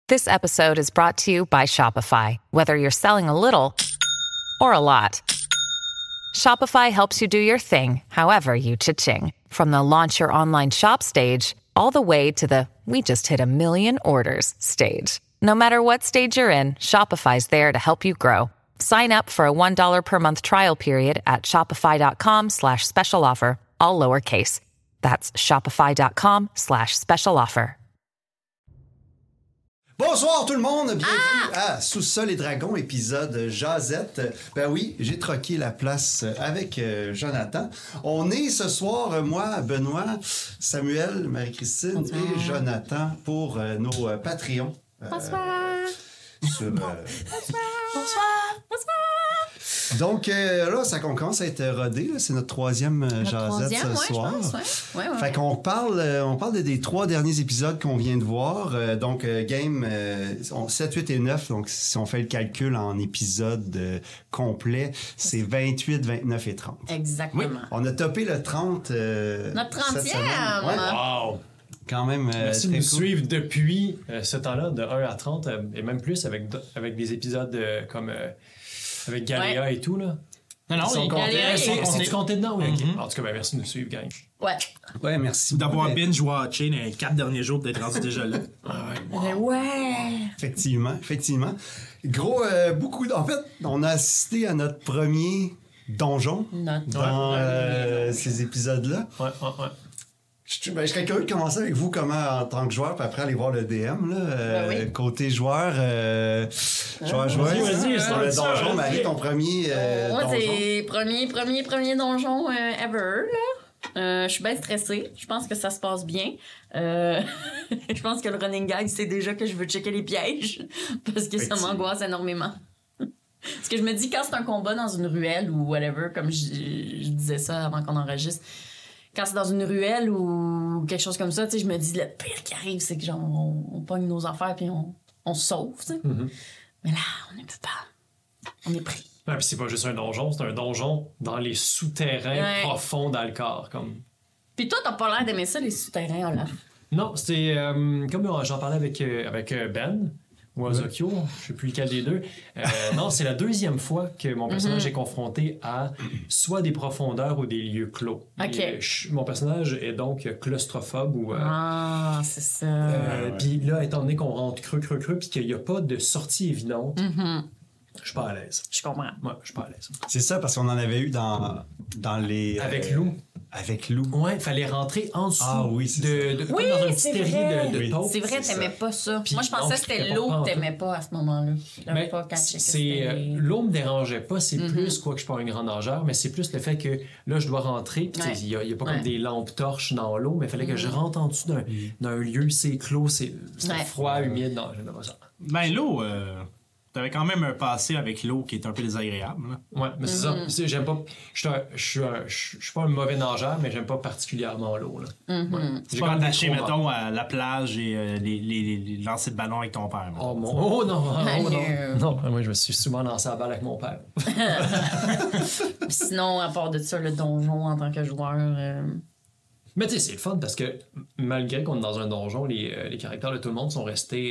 This episode is brought to you by Shopify. Whether you're selling a little or a lot, Shopify helps you do your thing, however you cha-ching. From the launch your online shop stage, all the way to the we just hit 1 million orders stage. No matter what stage you're in, Shopify's there to help you grow. Sign up for a $1 per month trial period at shopify.com/special offer, all lowercase. That's shopify.com/special offer. Bonsoir tout le monde, bienvenue à Sous-sol et Dragons, épisode Jazette. Ben oui, j'ai troqué la place avec Jonathan. On est ce soir, moi, Benoît, Samuel, Marie-Christine et Jonathan pour nos Patreons. Bonsoir. Bonsoir. Bonsoir. Donc là, ça commence à être rodé. Là. C'est notre troisième Jazette ce soir. Je pense, ouais. Fait qu'on parle des 3 derniers épisodes qu'on vient de voir. Donc, Game 7, 8 et 9. Donc, si on fait le calcul en épisodes complets, c'est 28, 29 et 30. Exactement. Oui. On a topé le 30. Notre 30e! Ouais. Wow! Quand même. Merci de nous suivre depuis ce temps-là, de 1 à 30, et même plus avec des épisodes comme avec Galéa et tout. Là. Non, Sont Galéa, c'est-tu compté dedans? Oui, ok. En tout cas, ben, merci de nous suivre, gang. Ouais, merci. D'avoir binge-watché les 4 derniers jours d'être rendu déjà là. Ouais. Effectivement. Gros, en fait, on a assisté à notre premier donjon dans ces épisodes-là. Ouais. Je serais curieux de commencer avec vous en tant que joueur, puis après aller voir le DM. Là, oui. Côté joueur, joueur. Vas-y, dans le donjon, Marie, ton premier Moi, donjon. c'est premier donjon ever, là. Je suis bien stressée. Je pense que ça se passe bien. Je pense que le running gag, c'est déjà que je veux checker les pièges parce que ça m'angoisse énormément. Parce que je me dis, quand c'est un combat dans une ruelle ou whatever, comme je disais ça avant qu'on enregistre, quand c'est dans une ruelle ou quelque chose comme ça, tu sais, je me dis, le pire qui arrive, c'est que genre, on pogne nos affaires puis on se sauve, tu sais. Mm-hmm. Mais là, on n'est plus pas. On est pris. Ouais, puis c'est pas juste un donjon, c'est un donjon dans les souterrains profonds d'Alcar. Comme... Puis toi, t'as pas l'air d'aimer ça, les souterrains, Olaf. Non, c'est comme j'en parlais avec Ben ou Ozokyo, je sais plus lequel des deux. Non, c'est la deuxième fois que mon personnage est confronté à soit des profondeurs ou des lieux clos. OK. Et, mon personnage est donc claustrophobe ou... c'est ça. Puis là, étant donné qu'on rentre creux, puis qu'il n'y a pas de sortie évidente, je suis pas à l'aise. Je comprends. Ouais, je suis pas à l'aise. C'est ça, parce qu'on en avait eu dans les... Avec Lou. Avec Lou. Ouais, il fallait rentrer en dessous oui, c'est comme Oui, dans un c'est petit vrai. terrier de Oui. taupe. C'est vrai, c'est t'aimais ça. pas ça. Puis Moi, je pensais non, que c'était c'était l'eau pas que pantoute. t'aimais pas à ce moment-là. Mais Pas quand je checkais, c'est l'eau me dérangeait pas, c'est plus quoi que je suis pas un grand nageur, mais c'est plus le fait que là je dois rentrer, puis il y a pas comme des lampes torches dans l'eau, mais il fallait que je rentre en dessous d'un lieu, c'est clos, c'est froid, humide, non, j'aime pas ça. Ben, l'eau, t'avais quand même un passé avec l'eau qui est un peu désagréable. Là. Ouais, mais c'est ça. J'aime pas. Je suis pas un mauvais nageur, mais j'aime pas particulièrement l'eau. Là. Ouais. C'est pas attaché, mettons, à la plage et les lancers de ballon avec ton père. Oh non. Non, moi je me suis souvent lancé à la balle avec mon père. Sinon, à part de ça, le donjon en tant que joueur... Mais tu sais, c'est le fun parce que malgré qu'on est dans un donjon, les caractères de tout le monde sont restés.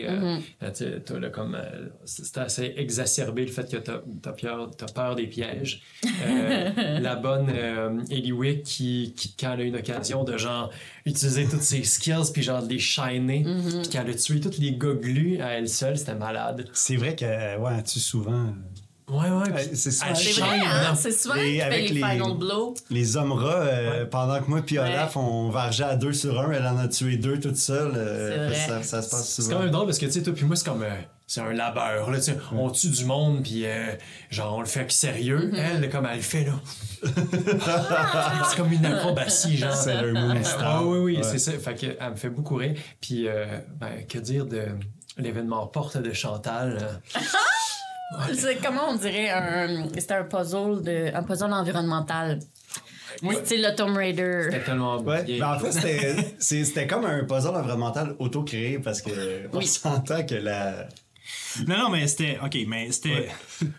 C'est assez exacerbé le fait que t'as peur des pièges. La bonne Eliwick qui, quand elle a une occasion de genre utiliser toutes ses skills puis genre de les shiner, puis qu'elle a tué tous les goglus à elle seule, c'était malade. C'est vrai que, tu souvent... Ouais. C'est souvent C'est vrai, hein? C'est souvent qu'il fait les final blows. Les hommes rats, pendant que moi et Olaf, on vargeait à 2 sur 1, elle en a tué 2 toute seule. Ça se passe souvent. C'est quand même drôle parce que, tu sais, toi puis moi, c'est comme... c'est un labeur, là, tu sais. On tue du monde, puis genre, on le fait sérieux. Elle, comme elle le fait, là. C'est comme une acrobatie, genre. C'est le moonstar. Oui, c'est ça. Fait que, elle me fait beaucoup rire. Puis, que dire de l'événement porte de Chantal? C'est comment on dirait c'était un puzzle environnemental. Oui. Style le Tomb Raider. C'était tellement bien. Ben en fait, c'était comme un puzzle environnemental auto-créé parce que on s'entend que la... Non, mais c'était... OK, mais c'était...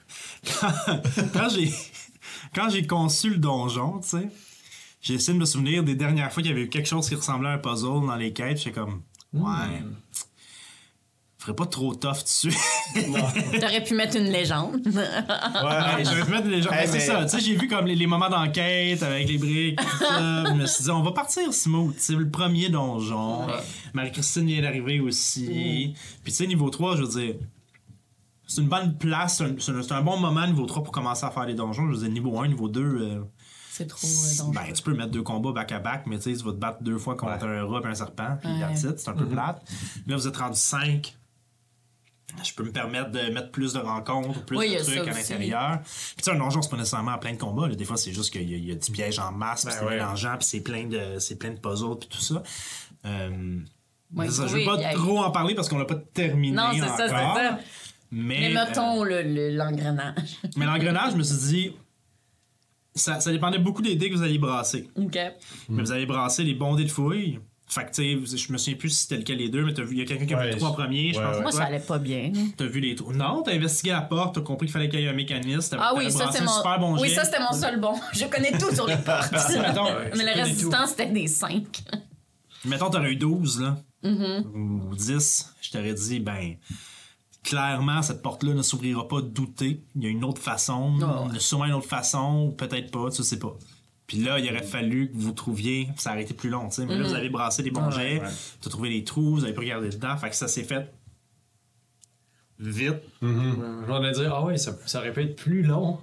Quand j'ai conçu le donjon, tu sais, j'ai essayé de me souvenir des dernières fois qu'il y avait eu quelque chose qui ressemblait à un puzzle dans les quêtes. J'étais comme... Ouais... ferais pas trop tough dessus. T'aurais pu mettre une légende. Ouais, j'aurais pu mettre les gens. C'est ça, tu sais, j'ai vu comme les moments d'enquête avec les briques, tout ça. Je me suis dit, on va partir smooth. C'est le premier donjon. Marie-Christine vient d'arriver aussi. Puis tu sais, niveau 3, je veux dire, c'est une bonne place, c'est un bon moment niveau 3 pour commencer à faire les donjons. Je veux dire, niveau 1, niveau 2... C'est trop dangereux. Ben, tu peux mettre 2 combats back-à-back, mais tu sais, tu vas te battre 2 fois contre un rat et un serpent, puis that's it, c'est un peu plate. Là, vous êtes rendu 5. Je peux me permettre de mettre plus de rencontres, plus de trucs à l'intérieur. Puis tu sais, un donjon, c'est pas nécessairement plein de combats. Là. Des fois, c'est juste qu'il y a du piège en masse, puis c'est mélangeant, puis c'est plein de puzzles, puis tout ça. Je vais pas trop en parler parce qu'on l'a pas terminé non, c'est encore. ça, c'est ça. Mais mettons l'engrenage. Mais l'engrenage, je me suis dit... Ça dépendait beaucoup des dés que vous alliez brasser. OK. Mais vous allez brasser les bons dés de fouille. Fait que, tu sais, je me souviens plus si c'était lequel les deux, mais il y a quelqu'un qui a vu les 3 premiers, je pense. Moi, ça allait pas bien. T'as vu les 3. Non, t'as investigué la porte, t'as compris qu'il fallait qu'il y ait un mécanisme. Ah oui, ça c'était mon. Super bon oui, jet. ça c'était mon seul bon. Je connais tout sur les portes. Mais le reste du temps, c'était des 5. Mettons, t'aurais eu 12, là. Ou 10. Je t'aurais dit, ben. Clairement, cette porte-là ne s'ouvrira pas douter. Il y a une autre façon. Il y a sûrement une autre façon, ou peut-être pas, tu sais pas. Puis là, il aurait fallu que vous trouviez, ça aurait été plus long, tu sais. Mais là, vous avez brassé des bons jets, t'as trouvé les trous, vous avez pu regarder dedans, fait que ça s'est fait vite. Je m'en ai dit, ah ouais, ça aurait pu être plus long.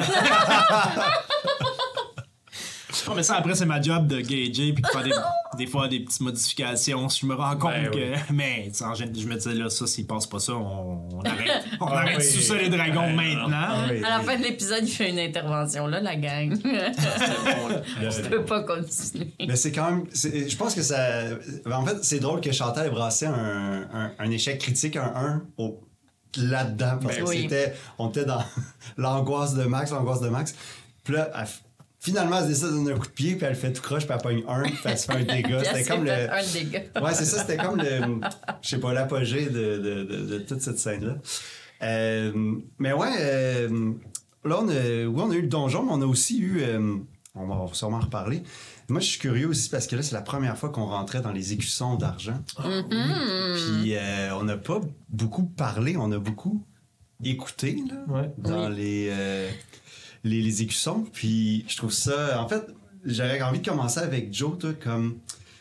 Non, mais ça, après, c'est ma job de gager puis de faire des fois des petites modifications. Si je me rends compte que. Mais, en général, je me disais, là, ça, s'il passe pas ça, on arrête. On arrête sous ça les dragons maintenant. À la fin de l'épisode, il fait une intervention, là, la gang. Je peux pas continuer. Mais c'est quand même. Je pense que ça. En fait, c'est drôle que Chantal ait brassé un échec critique, un 1 là-dedans. Parce que c'était. On était dans l'angoisse de Max. Puis là, finalement, elle se décide de donner un coup de pied, puis elle fait tout croche, puis elle pogne 1, puis elle se fait un dégât. C'était comme le. Un dégât. Ouais, c'est ça, c'était comme le. Je sais pas, l'apogée de toute cette scène-là. Mais ouais, là, on a eu le donjon, mais on a aussi eu. On va sûrement en reparler. Moi, je suis curieux aussi parce que là, c'est la première fois qu'on rentrait dans les écussons d'argent. Puis on n'a pas beaucoup parlé, on a beaucoup écouté là, dans les écussons. Puis je trouve ça... En fait, j'aurais envie de commencer avec Joe, toi, comme...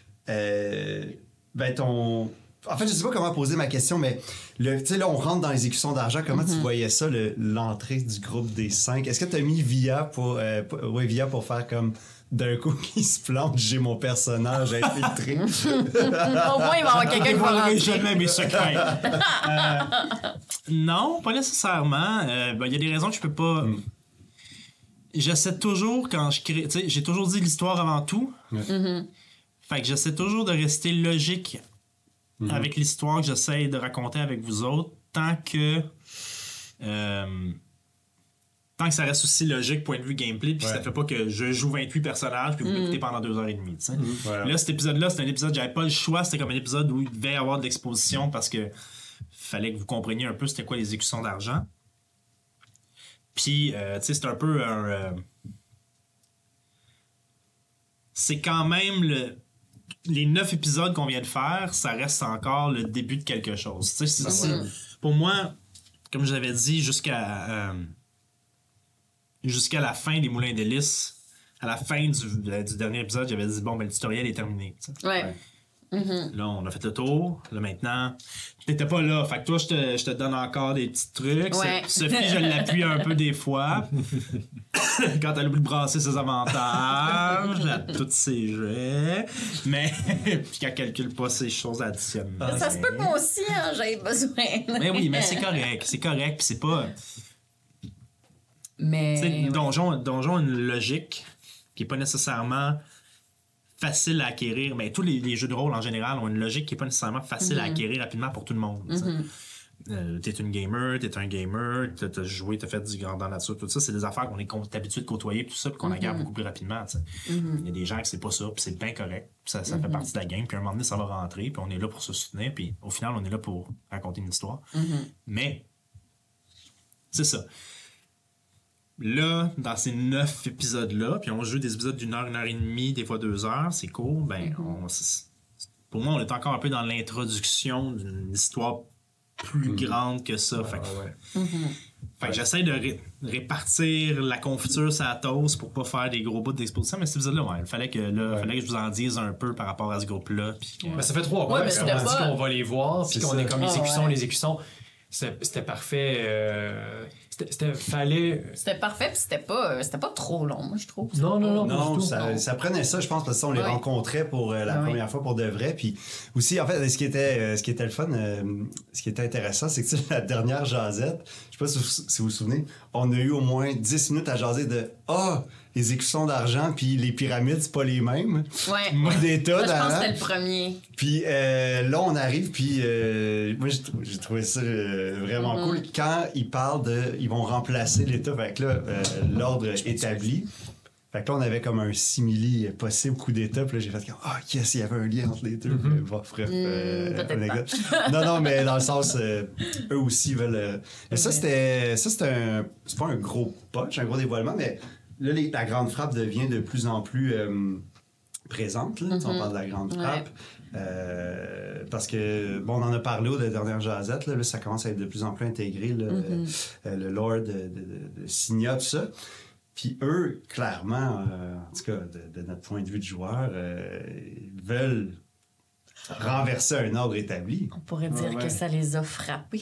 ben ton... En fait, je sais pas comment poser ma question, mais tu sais, là, on rentre dans les écussons d'argent. Comment tu voyais ça, l'entrée du groupe des 5? Est-ce que tu as mis Via pour faire comme d'un coup qui se plante, j'ai mon personnage infiltré? Au moins, il va y avoir quelqu'un qui va rentrer. Jamais mes secrets. Non, pas nécessairement. Il y a des raisons que je peux pas... J'essaie toujours, quand je crée... Tu sais, j'ai toujours dit l'histoire avant tout. Fait que j'essaie toujours de rester logique avec l'histoire que j'essaie de raconter avec vous autres, tant que ça reste aussi logique point de vue gameplay, puis ça fait pas que je joue 28 personnages puis vous m'écoutez pendant 2h30, tu sais. Là, cet épisode-là, c'était un épisode, j'avais pas le choix, c'était comme un épisode où il devait y avoir de l'exposition parce que fallait que vous compreniez un peu c'était quoi les écussons d'argent. Puis, tu sais, c'est un peu c'est quand même les 9 épisodes qu'on vient de faire, ça reste encore le début de quelque chose. Tu sais, pour moi, comme je l'avais dit, jusqu'à la fin des Moulins d'Hélice, à la fin du dernier épisode, j'avais dit, bon, ben le tutoriel est terminé. Tu sais. Ouais. Là, on a fait le tour. Là, maintenant, t'étais pas là. Fait que toi, je te donne encore des petits trucs. Ouais. Sophie, je l'appuie un peu des fois. Quand elle oublie de brasser ses avantages à tous ses jets. Mais, puis qu'elle calcule pas ses choses additionnelles. Ça se peut que moi aussi, hein, j'avais besoin. Mais oui, mais c'est correct. C'est correct. Puis c'est pas... Mais... Tu sais, Donjon a une logique qui est pas nécessairement... facile à acquérir, mais tous les jeux de rôle en général ont une logique qui n'est pas nécessairement facile à acquérir rapidement pour tout le monde. T'es une gamer, t'es un gamer, t'as joué, t'as fait du grandeur nature, tout ça, c'est des affaires qu'on est habitué de côtoyer, tout ça, puis qu'on acquiert beaucoup plus rapidement. Il y a des gens que c'est pas ça, puis c'est bien correct, ça fait partie de la game, puis à un moment donné, ça va rentrer, puis on est là pour se soutenir, puis au final, on est là pour raconter une histoire. Mais, c'est ça. Là, dans ces 9 épisodes-là, puis on joue des épisodes d'1 heure, 1h30, des fois 2 heures, c'est court, ben, pour moi, on est encore un peu dans l'introduction d'une histoire plus grande que ça. Fait que j'essaie de répartir la confiture sur la toast pour pas faire des gros bouts d'exposition. Mais cet épisode-là, il fallait que je vous en dise un peu par rapport à ce groupe-là. Puis, ça fait 3 mois mais qu'on dit qu'on va les voir, puis qu'on est comme les écussons. C'était parfait. C'était parfait, puis c'était pas trop long, moi, je trouve. Non, ça prenait ça, je pense, parce qu'on les rencontrait pour la première fois pour de vrai. Puis aussi, en fait, ce qui était le fun, ce qui était intéressant, c'est que tu sais, la dernière jasette, je sais pas si vous vous souvenez, on a eu au moins 10 minutes à jaser de les écussons d'argent puis les pyramides, c'est pas les mêmes. Ouais. Moi, des tas je pense que c'était le premier. Puis là, on arrive, puis moi, j'ai trouvé ça vraiment cool. Quand ils parlent ils vont remplacer l'État, fait que là, l'ordre établi. Fait que là, on avait comme un simili possible coup d'État. Puis là, j'ai fait comme, yes, il y avait un lien entre les deux. Bref, peut-être non, mais dans le sens, eux aussi veulent... Ça, c'est pas un gros punch, un gros dévoilement, mais là, la grande frappe devient de plus en plus présente. Là, on parle de la grande frappe. Parce que, on en a parlé aux dernières jasettes. Là, ça commence à être de plus en plus intégré. Là, le lore de Signa, tout ça. Puis eux, clairement, en tout cas, de notre point de vue de joueur, veulent renverser un ordre établi. On pourrait dire que ça les a frappés.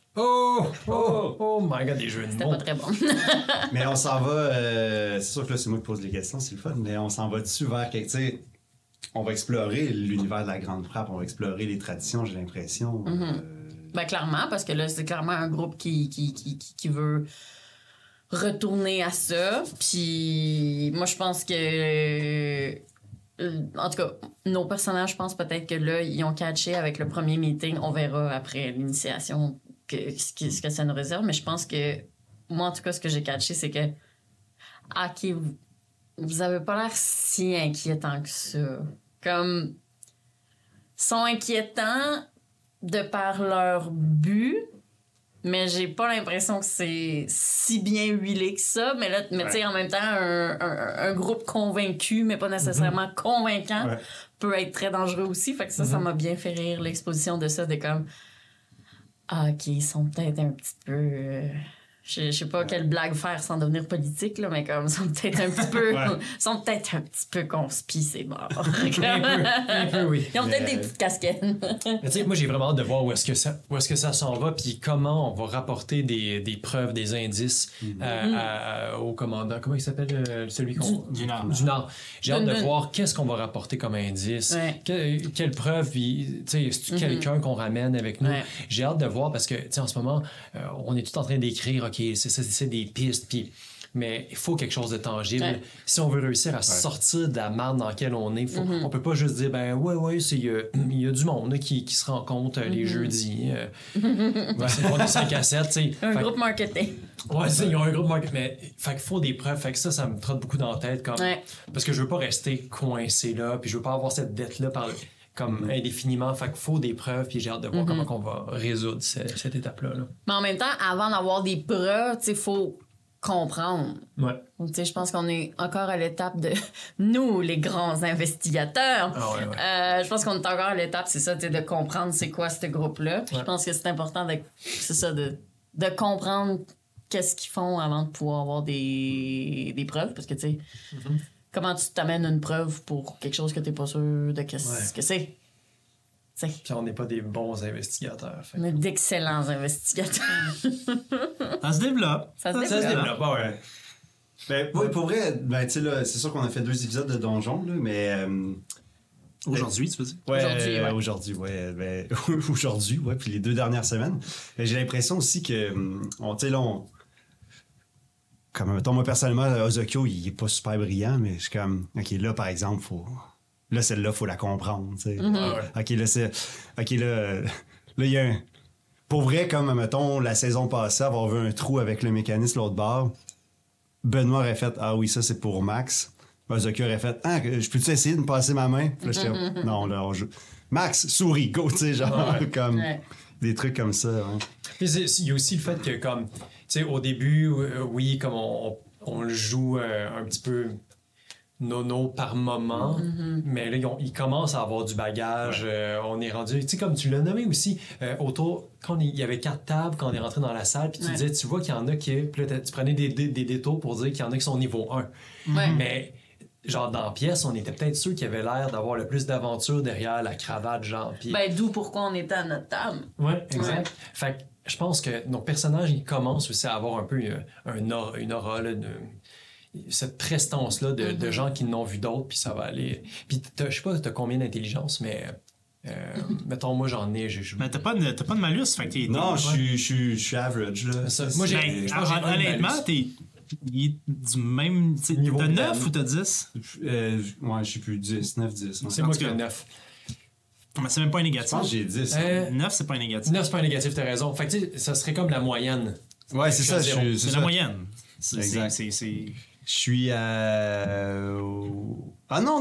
Oh my God, des jeux de mots. C'était pas très bon. Mais on s'en va... c'est sûr que là, c'est moi qui pose les questions, c'est le fun, mais on s'en va dessus vers quelque... Tu sais, on va explorer l'univers de la grande frappe, on va explorer les traditions, j'ai l'impression. Clairement, parce que là, c'est clairement un groupe qui veut retourner à ça. Puis moi, je pense que... en tout cas, nos personnages, je pense peut-être que là, ils ont catché avec le premier meeting. On verra après l'initiation ce que ça nous réserve. Mais je pense que moi, en tout cas, ce que j'ai catché, c'est que OK, vous avez pas l'air si inquiétant que ça. Comme, sont inquiétants de par leur but, mais j'ai pas l'impression que c'est si bien huilé que ça. Mais tu sais, en même temps, un groupe convaincu, mais pas nécessairement convaincant, peut être très dangereux aussi. Fait que ça m'a bien fait rire, l'exposition de ça, de comme... OK, ils sont peut-être un petit peu... je sais pas quelle blague faire sans devenir politique, là, mais comme, ils sont peut-être un petit peu conspis, c'est mort. un peu, oui. Ils ont peut-être des petites casquettes. Mais tu sais, moi, j'ai vraiment hâte de voir où est-ce que ça s'en va, puis comment on va rapporter des preuves, des indices au commandant. Comment il s'appelle, celui qu'on... Du Nord. Du Nord. J'ai hâte de voir qu'est-ce qu'on va rapporter comme indice. Ouais. Quelle preuve, puis, tu sais, est-ce quelqu'un qu'on ramène avec nous? Ouais. J'ai hâte de voir, parce que, tu sais, en ce moment, on est tout en train d'écrire, OK, c'est des pistes, puis... Mais il faut quelque chose de tangible. Ouais. Si on veut réussir à sortir de la merde dans laquelle on est, on peut pas juste dire, il y a du monde qui se rencontre les jeudis. C'est pas des 5 à 7. T'sais. Un groupe marketing. Ouais, ils ont un groupe marketing. Mais il faut des preuves. Fait que ça me trotte beaucoup dans la tête. Parce que je veux pas rester coincé là, puis je veux pas avoir cette dette-là comme indéfiniment. Fait qu'il faut des preuves, puis j'ai hâte de voir comment on va résoudre cette étape-là. Là. Mais en même temps, avant d'avoir des preuves, il faut comprendre. Ouais. Donc, je pense qu'on est encore à l'étape de nous, les grands investigateurs. Je pense qu'on est encore à l'étape, c'est ça, de comprendre c'est quoi ce groupe-là. Puis je pense que c'est important de comprendre qu'est-ce qu'ils font avant de pouvoir avoir des preuves. Parce que, tu sais, comment tu t'amènes une preuve pour quelque chose que tu n'es pas sûr de ce que c'est? Puis on n'est pas des bons investigateurs. On est d'excellents investigateurs. Ça se développe. Ça se développe, ouais. Ben, oui, pour vrai, tu sais, là, c'est sûr qu'on a fait 2 épisodes de Donjon, là, mais... Aujourd'hui, tu veux dire? Ouais, aujourd'hui, aujourd'hui, puis les 2 dernières semaines. Mais j'ai l'impression aussi que, tu sais, là, comme, mettons, moi, personnellement, Ozokyo, il est pas super brillant, mais je suis comme, OK, là, par exemple, là, celle-là, faut la comprendre, tu sais. OK, là, il y a un... Pour vrai, comme, mettons, la saison passée, avoir vu un trou avec le mécanisme l'autre bord, Benoît aurait fait « Ah oui, ça, c'est pour Max ». Ozokyo aurait fait « Ah, je peux-tu essayer de me passer ma main? » Puis là, j'étais non, là, on joue. « Max, souris, go! » Tu sais, genre, comme... Des trucs comme ça, Puis il y a aussi le fait que, comme, tu sais, au début, oui, comme on le joue un petit peu... nono par moment, mais là, ils commencent à avoir du bagage. On est rendu, tu sais, comme tu l'as nommé aussi, autour, quand il y avait 4 tables, quand on est rentré dans la salle, puis tu disais, tu vois qu'il y en a qui, puis là, tu prenais des détours pour dire qu'il y en a qui sont niveau 1. Mais, genre, dans la pièce, on était peut-être ceux qui avaient l'air d'avoir le plus d'aventure derrière la cravate, genre. Puis... Ben, d'où pourquoi on était à notre table. Ouais, exact. Fait que je pense que nos personnages, ils commencent aussi à avoir un peu une aura, là, cette prestance-là de gens qui n'ont vu d'autres, puis ça va aller. Puis je sais pas, t'as combien d'intelligence, mais mettons, moi j'en ai. Mais t'as pas de malus, fait que Non, je suis average, là. Moi, Ben, honnêtement, il est du même. Niveau T'as de 9 table. ou t'as 10? Ouais, je sais plus, 10, 9, 10. C'est moi qui ai 9. Mais c'est même pas un Je négatif. pense que j'ai 10. 9, c'est pas un négatif. 9, c'est pas un négatif, t'as raison. Fait que tu sais, ça serait comme la moyenne. Ouais, c'est ça. zéro. C'est la moyenne. Exact. C'est Je suis à... Ah non.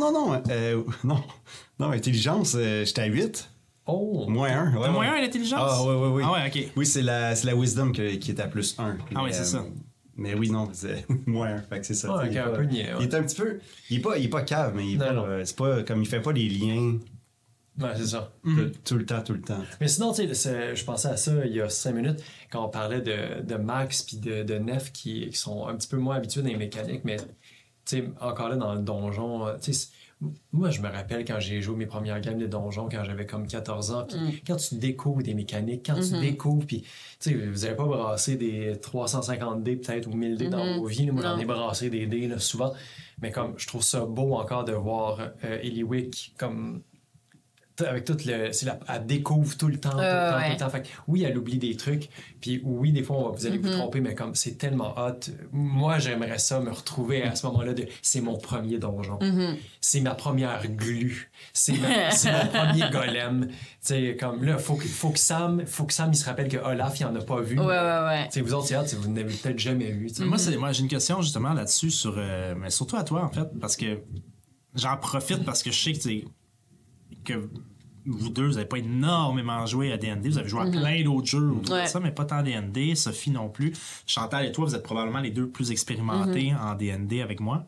Non, intelligence, j'étais à 8. Oh! Moins 1. T'as moins 1 à l'intelligence? Ah, oui. Ah ouais, ok. Oui, c'est la wisdom qui est à plus 1. Ah ouais, c'est ça. Mais oui, non, c'est moins 1. Fait que c'est ça. Ouais, il est un pas- peu niais, ouais. Il est un petit peu... Il est pas cave, mais il est Non. c'est pas comme il fait pas les liens Ouais, c'est ça. tout le temps. Mais sinon, tu sais, je pensais à ça il y a 5 minutes, quand on parlait de Max puis de Nef qui sont un petit peu moins habitués dans les mécaniques, mais tu sais, encore là, dans le donjon, tu sais, moi, je me rappelle quand j'ai joué mes premières games de donjon, quand j'avais comme 14 ans, puis quand tu découvres des mécaniques, quand tu découvres, puis tu sais, vous n'avez pas brassé des 350 dés peut-être ou 1000 dés dans vos vies, là. Moi, j'en ai brassé des dés là, souvent, mais comme je trouve ça beau encore de voir Eliwick comme... avec tout le... elle découvre tout le temps. Tout le temps. Fait que oui, elle oublie des trucs. Puis oui, des fois, vous allez vous tromper, mais comme c'est tellement hot. Moi, j'aimerais ça me retrouver à ce moment-là de c'est mon premier donjon. C'est ma première glu. C'est mon premier golem. Tu sais, comme là, faut que Sam il se rappelle que Olaf, il en a pas vu. Ouais. Tu sais, vous autres, vous n'avez peut-être jamais vu. tu sais. Moi, j'ai une question justement là-dessus, mais surtout à toi, en fait, parce que j'en profite parce que je sais que vous deux, vous n'avez pas énormément joué à D&D. Vous avez joué à plein d'autres jeux autour de ça, mais pas tant à D&D. Sophie non plus. Chantal et toi, vous êtes probablement les deux plus expérimentés en D&D avec moi.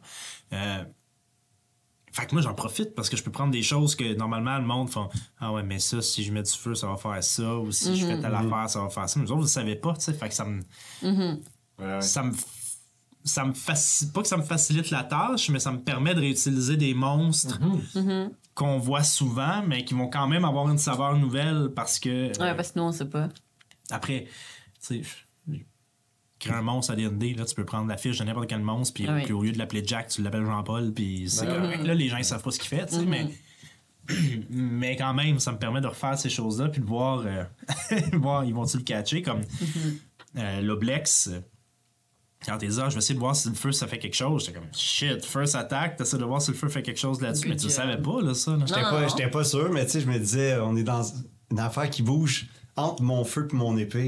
Fait que moi, j'en profite parce que je peux prendre des choses que normalement le monde font « Ah ouais, mais ça, si je mets du feu, ça va faire ça. » ou « Si je fais telle affaire, ça va faire ça. » Nous autres, vous ne savez pas, tu sais. Fait que ça me pas que ça me facilite la tâche, mais ça me permet de réutiliser des monstres qu'on voit souvent, mais qui vont quand même avoir une saveur nouvelle parce que... parce que nous, on sait pas. Après, tu sais, créer un monstre à D&D, là, tu peux prendre la fiche de n'importe quel monstre, puis au lieu de l'appeler Jack, tu l'appelles Jean-Paul, puis c'est correct. Là, les gens, ils savent pas ce qu'il fait, tu sais, mais quand même, ça me permet de refaire ces choses-là, puis de voir, ils vont-tu le catcher, comme l'Oblex... Quand t'es là, je vais essayer de voir si le feu, ça fait quelque chose. J'étais comme, shit, first attack, t'essaies de voir si le feu fait quelque chose là-dessus. Mais tu le savais pas, là, ça. Là. J'étais pas sûr, mais tu sais, je me disais, on est dans une affaire qui bouge entre mon feu et mon épée.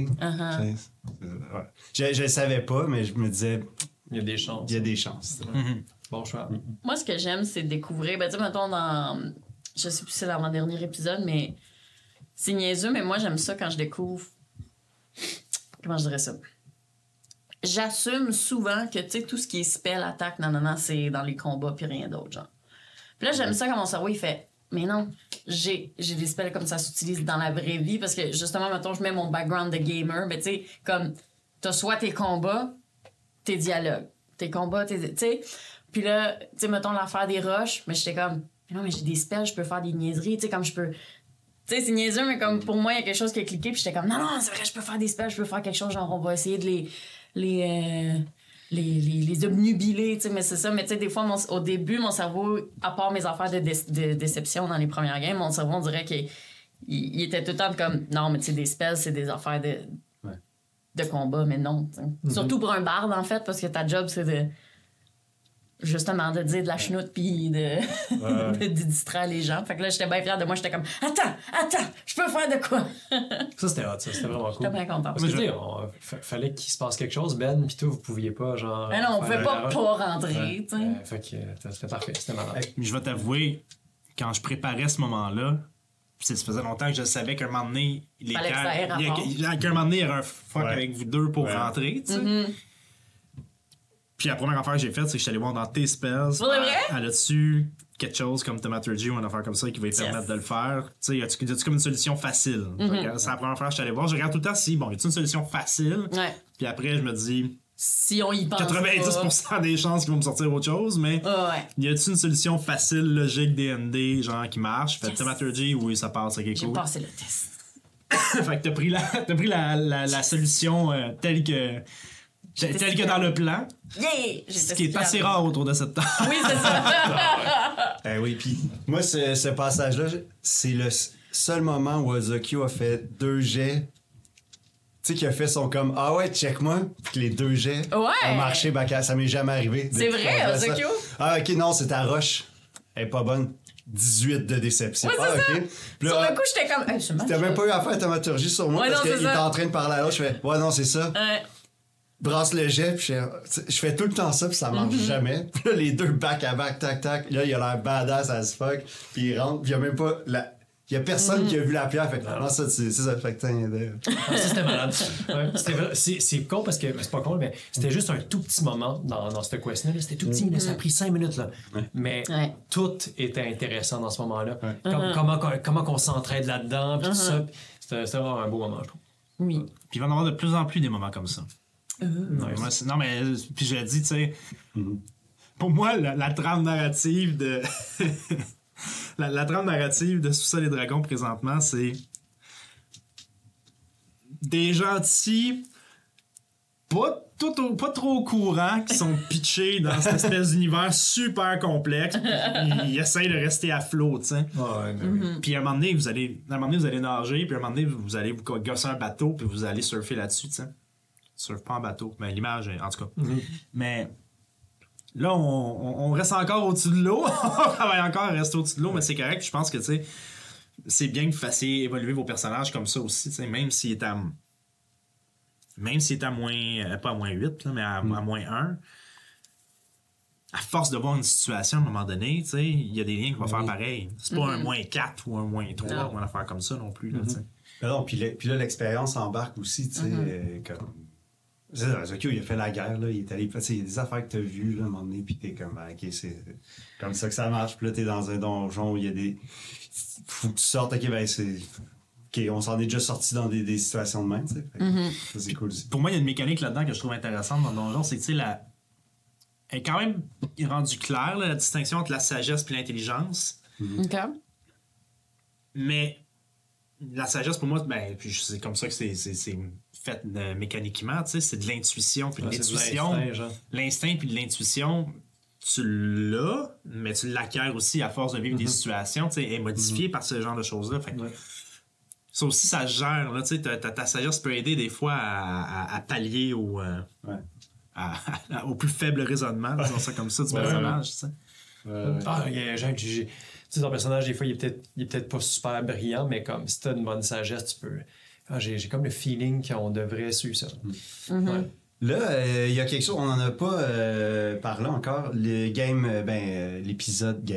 Je le savais pas, mais je me disais... Il y a des chances. Il y a des chances. Bon choix. Moi, ce que j'aime, c'est découvrir... Ben, tu sais, mettons, je sais plus si c'est l'avant-dernier épisode, mais c'est niaiseux, mais moi, j'aime ça quand je découvre... Comment je dirais ça? J'assume souvent que, tu sais, tout ce qui est spell, attaque, c'est dans les combats puis rien d'autre, genre. Puis là, j'aime ça quand mon cerveau, il fait... Mais non, j'ai des spells comme ça s'utilise dans la vraie vie parce que, justement, mettons, je mets mon background de gamer, mais tu sais, comme, t'as soit tes combats, tes dialogues. Tes combats, tu sais... Puis là, tu sais, mettons, l'affaire des roches, mais j'étais comme... Non, mais j'ai des spells, je peux faire des niaiseries, tu sais, comme je peux... Tu sais, c'est niaiseux, mais comme, pour moi, il y a quelque chose qui a cliqué, puis j'étais comme... Non, c'est vrai, je peux faire des spells, je peux faire quelque chose, genre, on va essayer de les obnubiler, tu sais, mais c'est ça. Mais tu sais, des fois, au début, mon cerveau, à part mes affaires de déception dans les premières games, mon cerveau, on dirait qu'il était tout le temps comme, non, mais tu sais, des spells, c'est des affaires de combat, mais non. Surtout pour un barde, en fait, parce que ta job, c'est de... Justement, de dire de la chenoute puis de distraire les gens. Fait que là, j'étais bien fière de moi. J'étais comme, attends, je peux faire de quoi? Ça, c'était hot, ça. C'était vraiment cool. J'étais bien contente. Parce que, tu sais, fallait qu'il se passe quelque chose, Ben, pis tout, vous pouviez pas, genre... Mais non, on pouvait pas rentrer, tu sais. Fait que c'était parfait, c'était malade. Mais je vais t'avouer, quand je préparais ce moment-là, ça faisait longtemps que je savais qu'un moment donné, qu'un moment donné, il y aurait un fuck avec vous deux pour rentrer, tu sais. Puis la première affaire que j'ai faite, c'est que je suis allé voir dans T-Spells. Pour de vrai? Elle a-tu quelque chose comme Thaumaturgy ou une affaire comme ça qui va lui permettre de le faire? Tu sais, y a-tu comme une solution facile? C'est la première affaire que je suis allé voir. Je regarde tout le temps si, bon, y a-tu une solution facile? Ouais. Puis après, je me dis, Si on y pense 90% des chances qu'ils vont me sortir autre chose, mais ouais. y a-tu une solution facile, logique, D&D, genre qui marche? Fait Thaumaturgy, oui, ça passe, c'est quelque J'ai chose. passé le test. Fait que t'as pris la solution telle que dans le plan, Yeah! ce qui est assez rare autour de cette table. Oui, c'est ça. Oui, puis moi, ce passage-là, c'est le seul moment où Ozokyo a fait 2 jets. Tu sais, qui a fait son comme ah ouais, check-moi, puis que les 2 jets ont marché, ça m'est jamais arrivé. C'est vrai, Ozokyo? Ah, ok, non, c'est ta roche. Elle est pas bonne. 18 de déception. Ouais, c'est ah, ça. ok. Puis Sur là, le coup, j'étais comme. Hey, t'as même pas eu à faire thaumaturgie sur moi Ouais, parce non, qu'il c'est était ça. en train de parler à l'autre. Je fais, ouais, non, c'est ça. Ouais. Brasse le jet, puis je fais tout le temps ça, puis ça marche jamais. Puis là, les 2 back à back, tac, tac. Là, il a l'air badass as fuck. Puis il rentre, puis il y a même pas. Il y a personne qui a vu la pierre. Fait que, non, ça, c'est ça. Fait que, Ça, c'était malade. Ouais, c'est con parce que. C'est pas con, mais c'était juste un tout petit moment dans cette quest-là. C'était tout petit, là, ça a pris 5 minutes. Là. Mais tout était intéressant dans ce moment-là. Comment qu'on s'entraide là-dedans, puis tout ça. C'était vraiment un beau moment, je trouve. Oui. Puis il va y en avoir de plus en plus des moments comme ça. Nice. Non, mais puis je le dis, tu sais, pour moi, la trame narrative de. La trame narrative de Sous-sol et Dragons présentement, c'est des gentils pas trop au courant qui sont pitchés dans cette espèce d'univers super complexe. Ils essayent de rester à flot, tu sais. Puis à un moment donné, vous allez nager, puis à un moment donné, vous allez vous gosser un bateau, puis vous allez surfer là-dessus, tu sais. Surfe pas en bateau, mais l'image, en tout cas. Mais là, on reste encore au-dessus de l'eau. On travaille encore à rester au-dessus de l'eau, mais c'est correct. Je pense que, tu sais, c'est bien que vous fassiez évoluer vos personnages comme ça aussi, tu sais, même s'il est à moins, pas à moins 8, là, mais à moins 1. À force de voir une situation, à un moment donné, tu sais, il y a des liens qui vont faire pareil. C'est pas un moins 4 ou un moins 3 ou une affaire comme ça non plus, là, tu sais. Non, puis là, l'expérience embarque aussi, tu sais, comme. Ozokyo, il a fait la guerre, là, il est allé. Il y a des affaires que t'as vues, là, à un moment donné, puis t'es comme, ok, c'est comme ça que ça marche. Puis là, t'es dans un donjon où il y a des. Faut que tu sortes, ok, ben c'est. Ok, on s'en est déjà sorti dans des situations de même, tu sais. Ça, c'est cool aussi. Pour moi, il y a une mécanique là-dedans que je trouve intéressante dans le donjon, c'est que, tu sais, elle est quand même rendue claire, là, la distinction entre la sagesse et l'intelligence. OK. Mais la sagesse, pour moi, ben, puis c'est comme ça que c'est fait mécaniquement, tu sais, c'est de l'intuition. Puis de l'intuition, l'instinct puis de l'intuition, tu l'as, mais tu l'acquiers aussi à force de vivre des situations, tu sais, est modifié par ce genre de choses-là. Fait que, ça aussi, ça se gère, là, tu sais, ta sagesse peut aider des fois à pallier au plus faible raisonnement, disons ça comme ça, du personnage, tu sais. Tu sais, ton personnage, des fois, il est peut-être pas super brillant, mais comme si t'as une bonne sagesse, tu peux. J'ai comme le feeling qu'on devrait suivre ça. Là, il y a quelque chose, on n'en a pas parlé encore. L'épisode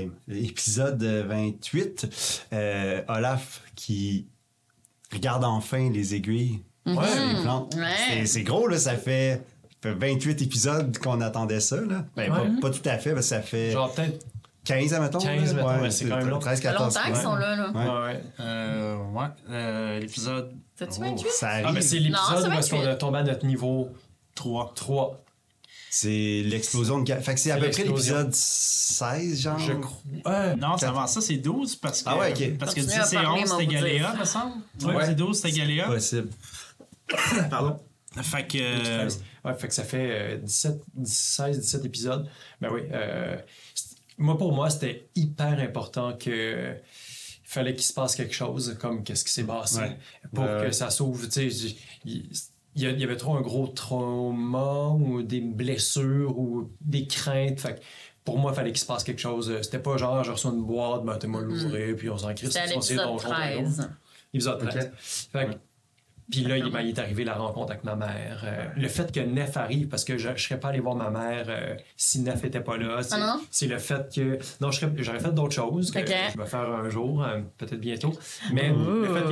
28, Olaf qui regarde enfin les aiguilles. Les plantes. Ouais. C'est gros, là, ça fait 28 épisodes qu'on attendait ça, là. Pas tout à fait, parce que ça fait. Genre peut-être 15, admettons. 15, mettons, c'est quand même long. 13, Ça fait 14. longtemps qu'ils sont là. L'épisode. C'est-tu 28? Ça arrive. Ah, mais c'est Non, l'épisode c'est où est-ce qu'on a tombé à notre niveau 3. C'est l'explosion de. Fait que c'est à peu près l'explosion. l'épisode 16, genre. Je crois. Non, c'est avant ça, c'est 12 parce que. Ah ouais, ok. Parce que Continuez à 10 et parler, 11, moi, c'était vous dire. Galéa, me semble. Ouais, c'est 12, c'était Galéa. Possible. Pardon. Fait que. Ouais, fait que ça fait 16-17 épisodes. Ben oui. Pour moi, c'était hyper important que il fallait qu'il se passe quelque chose, comme qu'est-ce qui s'est passé, pour que ça s'ouvre. Tu sais, il y avait trop un gros trauma ou des blessures ou des craintes. Fait que pour moi, il fallait qu'il se passe quelque chose. C'était pas genre, je reçois une boîte, ben, t'es-moi l'ouvrir, puis on s'en crie. C'était à l'épisode 13. L'épisode 13. Fait que, puis là, il est arrivé la rencontre avec ma mère. Le fait que Nef arrive, parce que je ne serais pas allé voir ma mère si Nef n'était pas là. C'est le fait que... Non, j'aurais fait d'autres choses que je vais faire un jour, peut-être bientôt. Mais le fait qu'il était là,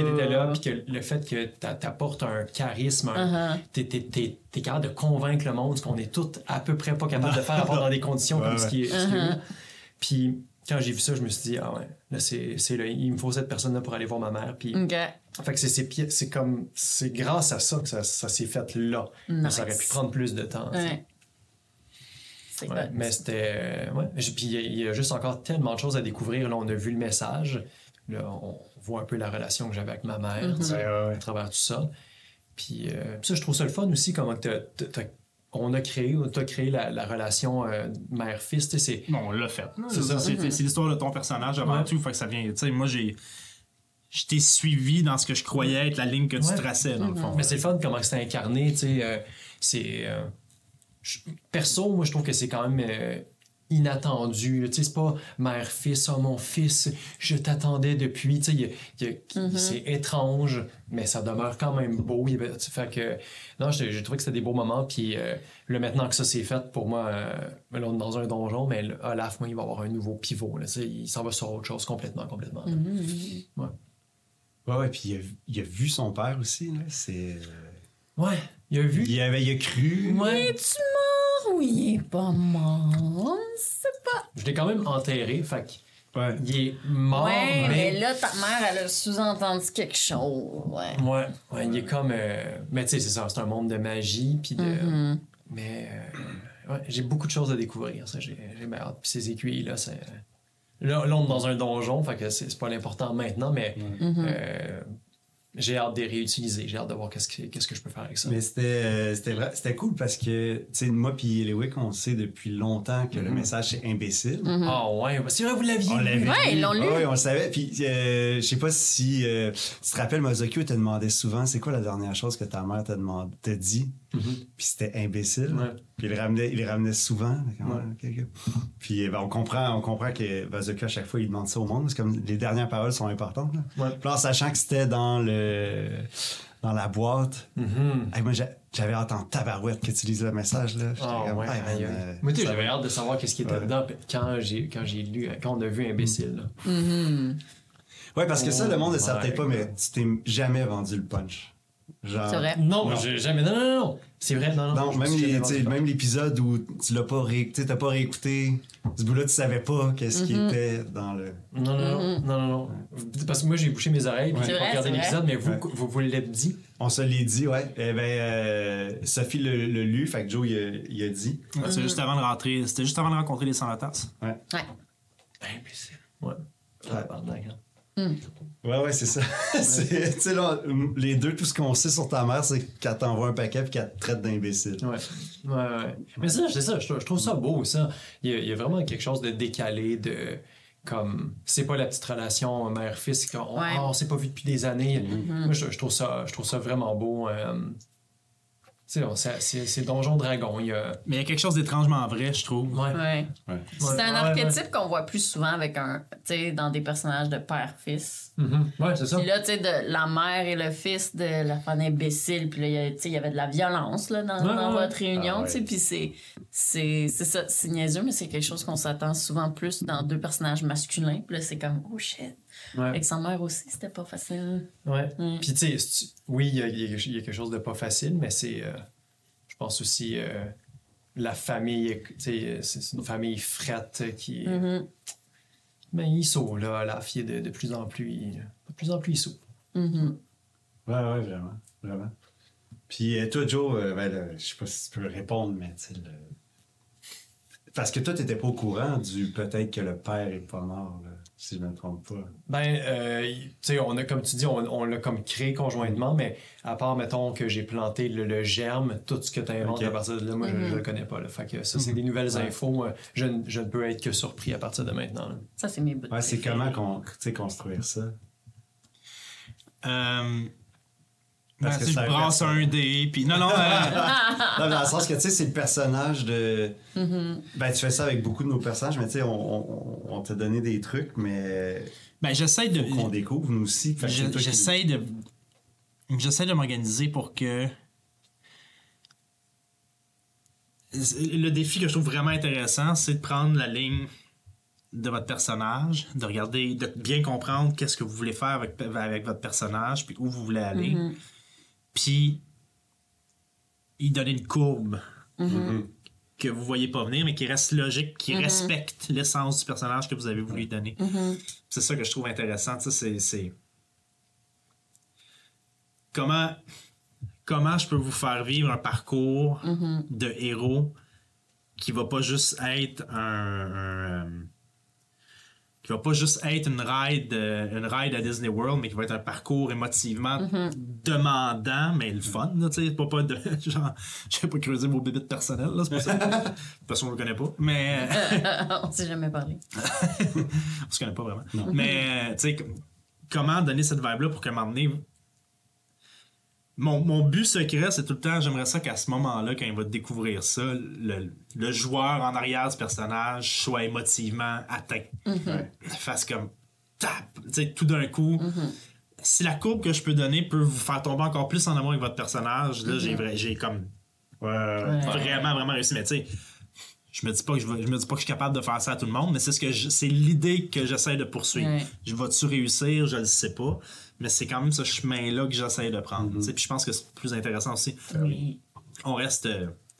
puis que le fait que t'apportes un charisme, t'es capable de convaincre le monde, ce qu'on est tous à peu près pas capable de faire, à part dans des conditions comme ce qui est là. Puis quand j'ai vu ça, je me suis dit, ah ouais, là, il me faut cette personne-là pour aller voir ma mère. Puis, fait que c'est grâce à ça que ça s'est fait là. Nice. Ça aurait pu prendre plus de temps. Ouais, mais c'était... Puis il y a juste encore tellement de choses à découvrir. Là, on a vu le message. Là, on voit un peu la relation que j'avais avec ma mère à travers tout ça. Puis ça, je trouve ça le fun aussi, comment t'as créé la relation mère-fils. Non, on l'a fait. C'est l'histoire de ton personnage avant tout. Fait que ça vient... Tu sais, moi, je t'ai suivi dans ce que je croyais être la ligne que tu traçais, dans le fond. Mais c'est le fun comment c'est incarné, tu sais. Perso, moi, je trouve que c'est quand même inattendu. Tu sais, c'est pas mère-fils, oh mon fils, je t'attendais depuis. Tu sais, c'est étrange, mais ça demeure quand même beau. Fait que, non, j'ai trouvé que c'était des beaux moments. Puis là, maintenant que ça c'est fait, pour moi, là, on est dans un donjon, mais Olaf, moi, il va avoir un nouveau pivot. Là, tu sais, il s'en va sur autre chose complètement. Ouais, puis il a vu son père aussi. Là. C'est. Ouais, il a vu. Il a cru. Ouais. Es-tu mort ou il est pas mort? On ne sait pas. Je l'ai quand même enterré, fait il est mort. Ouais, mais là, ta mère, elle a sous-entendu quelque chose. Ouais, il est comme... Mais tu sais, c'est ça, c'est un monde de magie, puis de... Mais j'ai beaucoup de choses à découvrir, ça, j'ai bien hâte. Puis ces aiguilles-là, c'est... Là, on est dans un donjon, fait que c'est pas l'important maintenant, mais... J'ai hâte de les réutiliser. J'ai hâte de voir qu'est-ce que je peux faire avec ça. Mais c'était cool parce que, tu sais, moi puis Eliwick, on sait depuis longtemps que le message, c'est imbécile. Ah ouais, c'est vrai, vous l'aviez vu. Ouais, ils l'ont lu. Oui, on le savait. Puis, je sais pas si tu te rappelles, Mozokyo te demandait souvent, c'est quoi la dernière chose que ta mère t'a dit? Puis c'était imbécile. Ouais. Puis il les ramenait souvent. Puis on comprend que Mozokyo, à chaque fois, il demande ça au monde. C'est comme les dernières paroles sont importantes. Là. Ouais. Puis en sachant que c'était dans la boîte, moi, j'avais hâte en tabarouette que tu lises le message. Là. Moi, j'avais hâte de savoir qu'est-ce qui était dedans quand on a vu imbécile. Oui, parce que ça, le monde ne savait pas, mais tu t'es jamais vendu le punch. Genre... C'est vrai. Non, j'ai jamais. Non. C'est vrai, non. Non, même l'épisode où tu l'as pas t'as pas réécouté, ce bout-là, tu savais pas qu'est-ce qui était dans le. Non. Parce que moi, j'ai bouché mes oreilles, puis j'ai pas regardé l'épisode, mais vous l'avez dit. On se l'est dit, ouais. Eh ben, Sophie le lu, fait que Joe, il a dit. C'était juste avant de rencontrer les sans-la-tasse. Ouais. Imbécile. Ouais. Ouais, c'est ça. Tu sais, là, les deux, tout ce qu'on sait sur ta mère, c'est qu'elle t'envoie un paquet et qu'elle te traite d'imbécile. Ouais. Mais ça, c'est ça. Je trouve ça beau, ça. Il y a vraiment quelque chose de décalé, de... Comme, c'est pas la petite relation mère-fils qu'on s'est pas vu depuis des années. Moi, je trouve ça vraiment beau. Tu sais, c'est Donjon Dragon. Mais il y a quelque chose d'étrangement vrai, je trouve. C'est un archétype qu'on voit plus souvent avec dans des personnages de père-fils. Ouais, c'est ça. Puis là, tu sais, de la mère et le fils de la femme imbécile. Puis là, il y avait de la violence là, dans votre réunion. Puis c'est ça, c'est niaiseux, mais c'est quelque chose qu'on s'attend souvent plus dans deux personnages masculins. Puis là, c'est comme, oh shit. Avec sa mère aussi, c'était pas facile. Puis tu sais, oui, il y a quelque chose de pas facile, mais c'est, je pense aussi, la famille, tu sais, c'est une famille frette qui... Ben, il saut, là, la fille de plus en plus, il saut. Ouais, vraiment. Puis toi, Joe, je sais pas si tu peux répondre, mais tu sais, parce que toi, t'étais pas au courant du peut-être que le père est pas mort, là. Si je ne me trompe pas. Ben, tu sais, on a, comme tu dis, on l'a comme créé conjointement, mais à part, mettons, que j'ai planté le germe, tout ce que tu inventes à partir de là, moi, je le connais pas. Là. Fait que ça, c'est des nouvelles infos. Je ne peux être que surpris à partir de maintenant. Là. Ça, c'est mes bouts. Ouais, c'est comment construire ça? Parce que tu brasses un dé, puis non. Non, dans le sens que, tu sais, c'est le personnage de... Ben, tu fais ça avec beaucoup de nos personnages, mais tu sais, on t'a donné des trucs, mais... Ben, j'essaie de... Faut qu'on découvre, nous aussi. J'essaie de m'organiser pour que... Le défi que je trouve vraiment intéressant, c'est de prendre la ligne de votre personnage, de regarder, de bien comprendre qu'est-ce que vous voulez faire avec votre personnage, puis où vous voulez aller. Puis, il donne une courbe que vous voyez pas venir, mais qui reste logique, qui respecte l'essence du personnage que vous avez voulu donner. C'est ça que je trouve intéressant. Tu sais, c'est... Comment je peux vous faire vivre un parcours de héros qui va pas juste être qui va pas juste être une ride à Disney World, mais qui va être un parcours émotivement demandant, mais le fun, tu sais, pas de genre, je vais pas creuser vos bébites personnelles, là, c'est pas ça. Parce qu'on le connaît pas, mais... On s'est jamais parlé. On se connaît pas vraiment. Non. Mais, tu sais, comment donner cette vibe-là pour qu'à un moment donné... Mon but secret, c'est tout le temps, j'aimerais ça qu'à ce moment-là, quand il va découvrir ça, le joueur en arrière du personnage soit émotivement atteint. Fasse comme tap, tu sais, tout d'un coup. Si la courbe que je peux donner peut vous faire tomber encore plus en amour avec votre personnage, là, j'ai comme vraiment réussi. Mais tu sais, je me dis pas que je suis capable de faire ça à tout le monde, mais c'est l'idée que j'essaie de poursuivre. Je vais-tu réussir, je le sais pas. Mais c'est quand même ce chemin-là que j'essaie de prendre. Puis je pense que c'est plus intéressant aussi. On reste...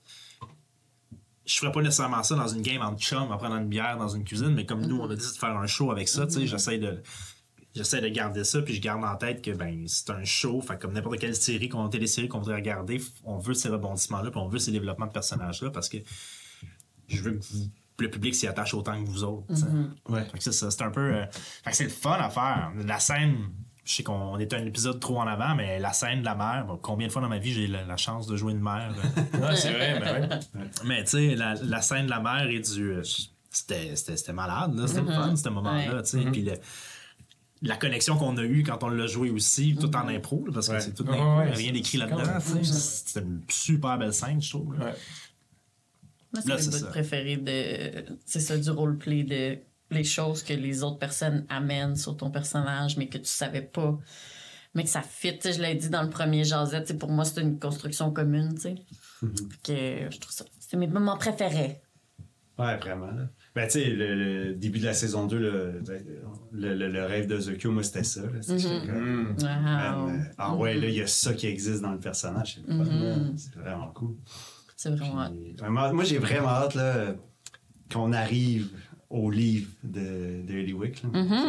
je ferais pas nécessairement ça dans une game en chum, en prenant une bière dans une cuisine, mais comme nous, on a décidé de faire un show avec ça, j'essaie de garder ça, puis je garde en tête que c'est un show, fait comme n'importe quelle télésérie qu'on voudrait regarder, on veut ces rebondissements-là, puis on veut ces développements de personnages-là, parce que je veux que le public s'y attache autant que vous autres. Fait que c'est ça, c'est un peu... fait que c'est le fun à faire. La scène... Je sais qu'on est un épisode trop en avant, mais la scène de la mer, combien de fois dans ma vie j'ai la chance de jouer une mer? C'est vrai, mais Mais tu sais, la scène de la mer et du... C'était malade, là, c'était le fun, ce moment-là. Puis la connexion qu'on a eue quand on l'a joué aussi, tout en impro, là, parce que c'est tout impro, rien d'écrit là-dedans. C'était une super belle scène, je trouve. Moi, c'est le bout préféré c'est ça, du roleplay, de les choses que les autres personnes amènent sur ton personnage, mais que tu savais pas, mais que ça fit. Je l'ai dit dans le premier Jazette, pour moi, c'est une construction commune. Que je trouve ça... C'est mes moments préférés. Ouais, vraiment. Là. Ben, tu sais, le début de la saison 2, le rêve de Zokyo, moi, c'était ça. Là. J'étais comme, ouais, là, il y a ça qui existe dans le personnage. C'est vraiment cool. C'est vraiment... Moi, j'ai vraiment hâte là, qu'on arrive au livre de Eliwick.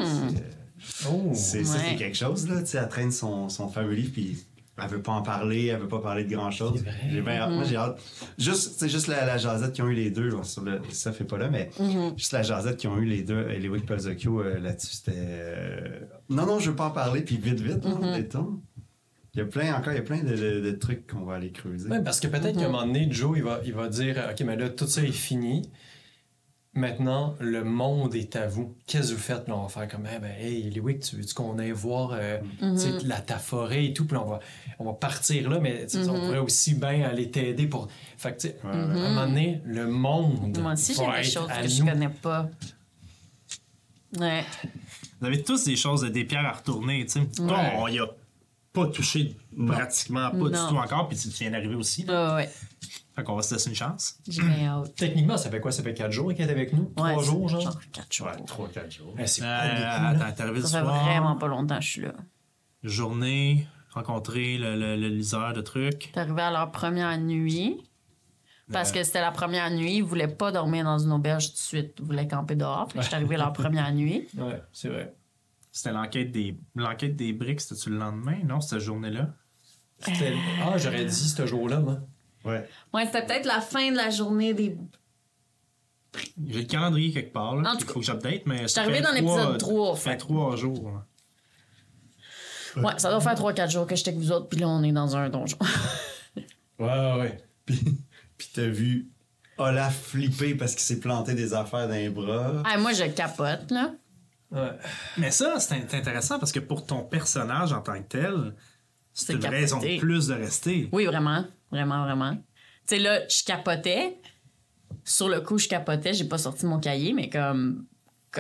C'est quelque chose, là. Tu sais, elle traîne son fameux livre, puis elle veut pas en parler, elle veut pas parler de grand-chose. J'ai bien hâte. Moi, j'ai hâte. Juste la jasette qu'ils ont eu les deux, ça fait pas là, mais juste la jasette qu'ils ont eu les deux, Eliwick et Palzocchio, là-dessus, c'était... Non, je veux pas en parler, puis vite, il y a plein de trucs qu'on va aller creuser. Ouais, parce que peut-être qu'à un moment donné, Joe, il va dire « OK, mais là, tout ça est fini. Maintenant, le monde est à vous. Qu'est-ce que vous faites? » Là, on va faire comme « Hey, Eliwick, tu veux-tu qu'on aille voir ta forêt et tout? » Puis là, on va partir là, mais on pourrait aussi bien aller t'aider pour... Fait que, tu sais, à un moment donné, le monde moi aussi, j'ai des choses que nous. je connais pas. Ouais. Vous avez tous des pierres à retourner, tu sais. On y a pas touché pratiquement pas du tout encore, puis tu viens d'arriver aussi. Là. Fait qu'on va se laisser une chance. J'ai bien hâte. Techniquement, ça fait quoi? Ça fait 4 jours qu'elle est avec nous? 3 jours, genre? 4 jours. 3-4 jours. C'est pas beaucoup, t'es arrivé le ça fait soir. vraiment pas longtemps que je suis là. Journée, rencontrer le liseur de trucs. T'es arrivé à leur première nuit. Parce que c'était la première nuit. Ils voulaient pas dormir dans une auberge tout de suite. Ils voulaient camper dehors. Fait que je suis arrivé à leur première nuit. Ouais, c'est vrai. C'était l'enquête des briques, c'était-tu le lendemain? Non, cette journée-là? J'aurais dit ce jour-là, moi. Ouais, c'était peut-être la fin de la journée des... J'ai le calendrier quelque part, là. Il faut que j'update, mais... Je suis arrivé dans l'épisode 3. Ça fait 3 jours. Là. Ouais, ça doit faire 3-4 jours que j'étais avec vous autres, puis là, on est dans un donjon. Ouais. Puis t'as vu Olaf flipper parce qu'il s'est planté des affaires dans les bras. Moi, je capote, là. Ouais. Mais ça, c'est intéressant parce que pour ton personnage en tant que tel, c'est une raison de plus de rester. Oui, vraiment. Vraiment, vraiment. Tu sais, là, je capotais. Sur le coup, je capotais. J'ai pas sorti mon cahier, mais comme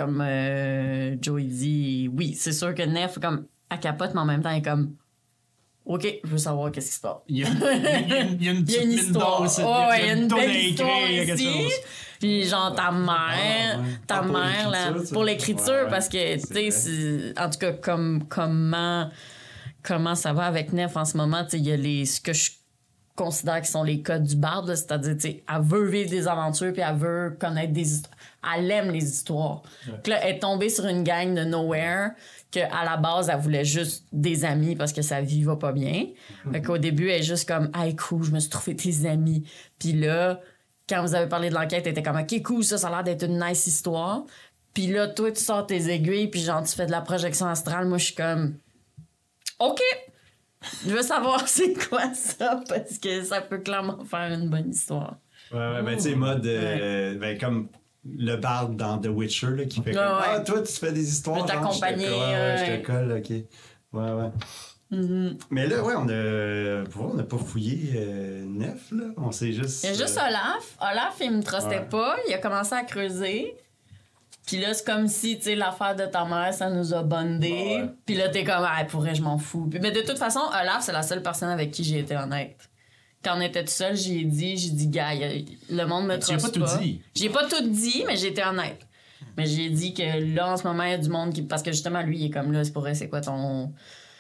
Joey dit, oui, c'est sûr que Nef, comme, elle capote, mais en même temps, elle est comme... OK, je veux savoir qu'est-ce qui se passe. Il y a une Il y a une histoire. Il y a une belle histoire il y a quelque ici. chose. Puis genre ta mère, Pour là, l'écriture, tu sais. pour l'écriture, Ouais, parce que, tu sais, en tout cas, comment ça va avec Nef en ce moment, tu sais, il y a ce que je considère qui sont les codes du barde, là, c'est-à-dire, tu sais, elle veut vivre des aventures, puis elle veut connaître des histoires. Elle aime les histoires. Puis là, elle est tombée sur une gang de nowhere que à la base, elle voulait juste des amis parce que sa vie va pas bien. Fait qu'au début, elle est juste comme « Hey, cool, je me suis trouvé tes amis. » Puis là, quand vous avez parlé de l'enquête, elle était comme « OK, cool, ça a l'air d'être une nice histoire. » Puis là, toi, tu sors tes aiguilles, puis genre, tu fais de la projection astrale. Moi, je suis comme « OK! » Je veux savoir c'est quoi ça, parce que ça peut clairement faire une bonne histoire. Ouais, ben tu sais, mode, ben comme le barde dans The Witcher, là, qui fait comme, ah, toi, tu fais des histoires. Je vais t'accompagner, je te colle, ok. Ouais. Mais là, ouais, on n'a pas fouillé Nef, là. On s'est juste. Il y a juste Olaf. Olaf, il me trustait pas. Il a commencé à creuser. Puis là, c'est comme si, tu sais, l'affaire de ta mère, ça nous a bondé. Ouais. Puis là, t'es comme, ah, pourrais, je m'en fous. Mais de toute façon, Olaf, c'est la seule personne avec qui j'ai été honnête. Quand on était tout seul, j'ai dit, gars, le monde me Tu n'as truste pas tout dit. J'ai pas tout dit, mais j'ai été honnête. Mais j'ai dit que là, en ce moment, il y a du monde qui. Parce que justement, lui, il est comme là, c'est pour vrai, c'est quoi ton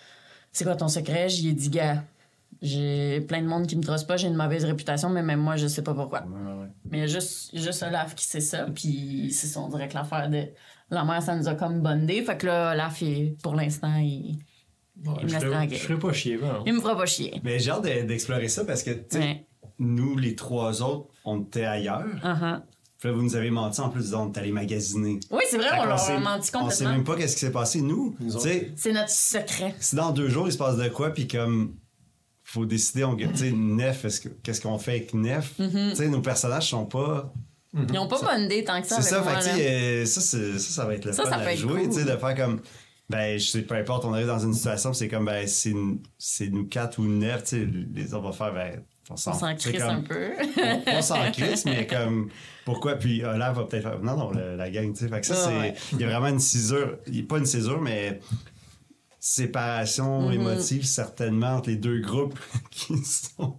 secret? J'ai dit, gars, j'ai plein de monde qui me truste pas, j'ai une mauvaise réputation, mais même moi, je sais pas pourquoi. Ouais. Mais il y a juste Olaf qui sait ça, puis c'est ça, on dirait que l'affaire de la mère, ça nous a comme bondé. Fait que là, Olaf, pour l'instant, il me laisse tranquille. Je ferais pas chier, non? Il me fera pas chier. Mais j'ai hâte d'explorer ça parce que, tu sais, Ouais. nous, les trois autres, on était ailleurs. Uh-huh. Puis là, vous nous avez menti en plus, on est allé magasiner. Oui, c'est vrai, Fait on qu'on leur sait- a menti On sait complètement. même pas qu'est-ce qui s'est passé. Nous, tu sais, C'est notre secret. si dans 2 jours, il se passe de quoi, puis comme, faut décider, tu sais, Nef, qu'est-ce qu'on fait avec Nef? Mm-hmm. Tu sais, nos personnages sont pas. Ils ont pas bondé tant que ça C'est avec ça, moi, fait là. que, tu sais, ça va être le Ça, fun ça peut à être jouer, cool. tu sais, de faire comme. Ben, je sais, peu importe, on arrive dans une situation, c'est comme, ben, c'est nous 4 ou 9, tu sais, les autres vont faire, ben, On s'en c'est crisse comme- un peu. on s'en crisse, mais comme, pourquoi? Puis Olaf va peut-être faire, non, la gang, tu sais. Fait que ça, Ah, c'est. ouais. Il y a vraiment une césure, pas une césure, mais séparation émotive, certainement, entre les deux groupes qui sont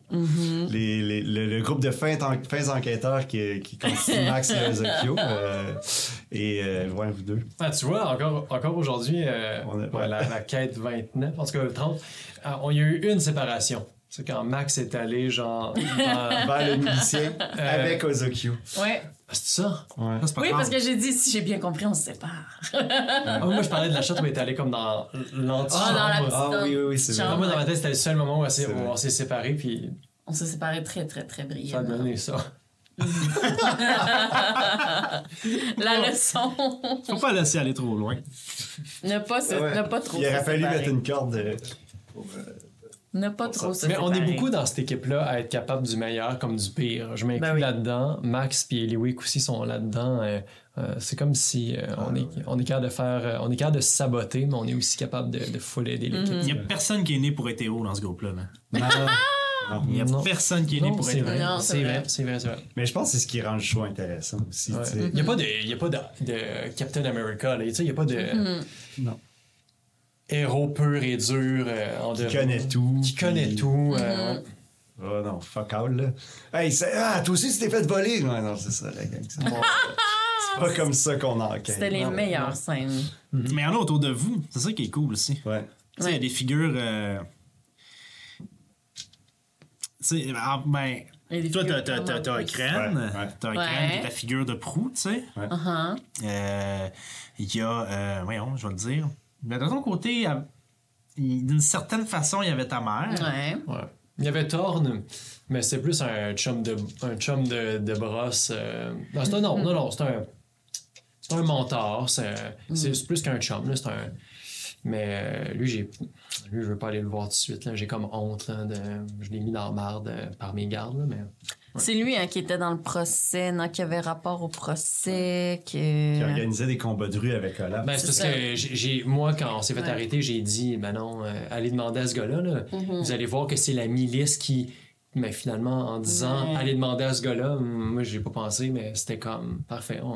le groupe de fins enquêteurs qui constitue Max et Ozokyo. Ouais, vous deux. Ah, tu vois, encore aujourd'hui, Ouais. la quête 29, en tout cas le 30, il y a eu une séparation. C'est quand Max est allé, genre. Vers le milicien avec Ozokyo. Ouais. C'est ça? Ouais. Ça, c'est pas Oui, grave. parce que j'ai dit, si j'ai bien compris, on se sépare. Moi, je parlais de la shot où il est allé comme dans l'antichambre. dans la petite Ah oui, c'est vrai. chambre. Moi, dans ma tête, c'était le seul moment où C'est vrai. on s'est séparés, puis On s'est séparés très, très, très ça a brillamment. donné ça. La leçon. Faut pas laisser aller trop loin. Ne pas trop Il aurait se fallu séparer. mettre une corde. Ne pas trop se Mais on est séparer. beaucoup dans cette équipe-là à être capable du meilleur comme du pire. Je m'inclus Ben oui. là-dedans. Max et Eliwick aussi sont là-dedans. C'est comme si on est capable de faire... on est capable de se saboter, mais on est aussi capable de full aider l'équipe. Il y a personne qui est né pour être héros dans ce groupe-là. Là. Non. Il y a Non. personne qui est né Non, pour c'est être vrai. Non, c'est vrai. C'est vrai. Mais je pense que c'est ce qui rend le show intéressant aussi. Ouais. tu sais. Il n'y a pas de Captain America. Là. Tu sais, il n'y a pas de Non. héros pur et dur. Qui connaît tout. Qui connaît puis- tout. Oh non, fuck all, là. Hey, toi aussi, tu t'es fait voler. Ouais, non, c'est ça, la gang. C'est pas comme ça qu'on enquête. C'était les meilleures scènes. Mais il y en a autour de vous. C'est ça qui est cool aussi. Ouais. Tu sais, il y a des figures. Tu sais, ben. Il y a des Toi, figures t'as vraiment Crane. Ouais, ouais. T'as Crane qui est ta figure de proue, tu sais. Uh-huh. Il y a. Voyons, je vais le dire. Mais de ton côté, d'une certaine façon, il y avait ta mère. Ouais. Ouais. Il y avait Thorn, mais c'est plus un chum de brosse. Non, c'est un mentor. C'est plus qu'un chum. Là, mais lui, je veux pas aller le voir tout de suite. Là. J'ai comme honte. Là, je l'ai mis dans la marde par mes gardes. Là, mais... C'est lui qui était dans le procès, non, qui avait rapport au procès. Qui organisait des combats de rue avec Olaf. Ben, c'est parce ça. que moi, quand on s'est fait Ouais. arrêter, j'ai dit, ben non, allez demander à ce gars-là. Là. Vous allez voir que c'est la milice qui... Mais finalement, en disant, Ouais. allez demander à ce gars-là, moi, j'ai pas pensé, mais c'était comme, parfait.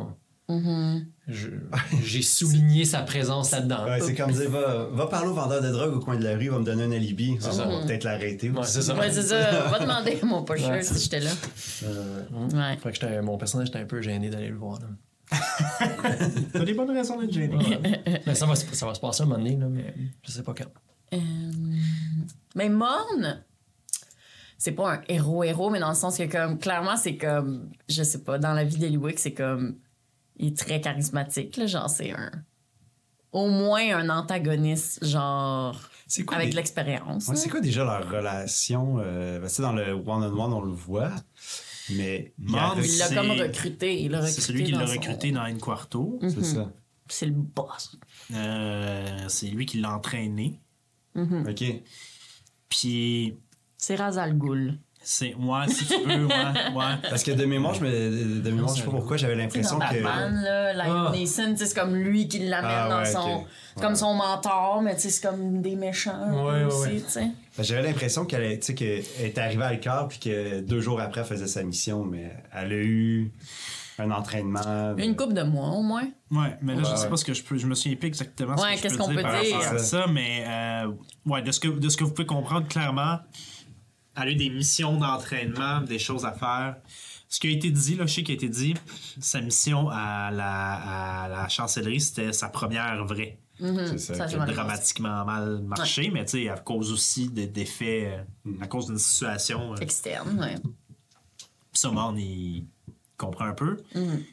J'ai souligné sa présence là-dedans. Ouais, c'est comme dire, va parler au vendeur de drogue au coin de la rue, il va me donner un alibi. On va peut-être l'arrêter Ouais, aussi. c'est ça. Ouais, c'est ça. Va demander à mon pusher si j'étais là. Ouais. Fait que mon personnage était un peu gêné d'aller le voir. Là. T'as des bonnes raisons d'être gêné. Mais ça va se passer un moment donné, là, mais je sais pas quand. Mais Morn, c'est pas un héros, mais dans le sens que, comme, clairement, c'est comme, je sais pas, dans la vie d'Eliwick, c'est comme, il est très charismatique, là, genre, c'est au moins un antagoniste, genre, C'est quoi avec des- l'expérience. Ouais, là. c'est quoi déjà leur relation? Tu sais, dans le one-on-one, on le voit, mais Morn, Il l'a c'est- comme recruté. Il l'a recruté. C'est celui qui l'a dans son- recruté dans une quarto. c'est ça. C'est le boss. C'est lui qui l'a entraîné. OK. Puis, C'est Razal Ghul. c'est. Ouais, si tu veux, ouais. Parce que de mémoire, je sais pas pourquoi, j'avais Tu sais, l'impression dans que... Batman, là, Liam Ah. Neeson, tu sais, c'est comme lui qui l'amène Ah, dans ouais, son... ok. C'est comme son mentor, mais tu sais, c'est comme des méchants Ouais, aussi, ouais. tu sais. J'avais l'impression qu'elle est arrivée à l'écart puis que 2 jours après, elle faisait sa mission, mais elle a eu un entraînement. Une couple de mois, au moins. Ouais, mais là, je sais Ouais. pas ce que je me souviens plus exactement Ouais, ce que qu'est-ce je peux qu'on dire peut par dire? rapport à ça, mais ouais, de ce que vous pouvez comprendre clairement, elle a eu des missions d'entraînement, des choses à faire. Ce qui a été dit, là, je sais qu'il a été dit, sa mission à la chancellerie, c'était sa première vraie. C'est ça. Ça, Qui je a m'en ai dramatiquement mal marché, mais tu sais, à cause aussi d'effets, à cause d'une situation. pensé. Externe, ouais. Puis ça, Morn, il comprend un peu.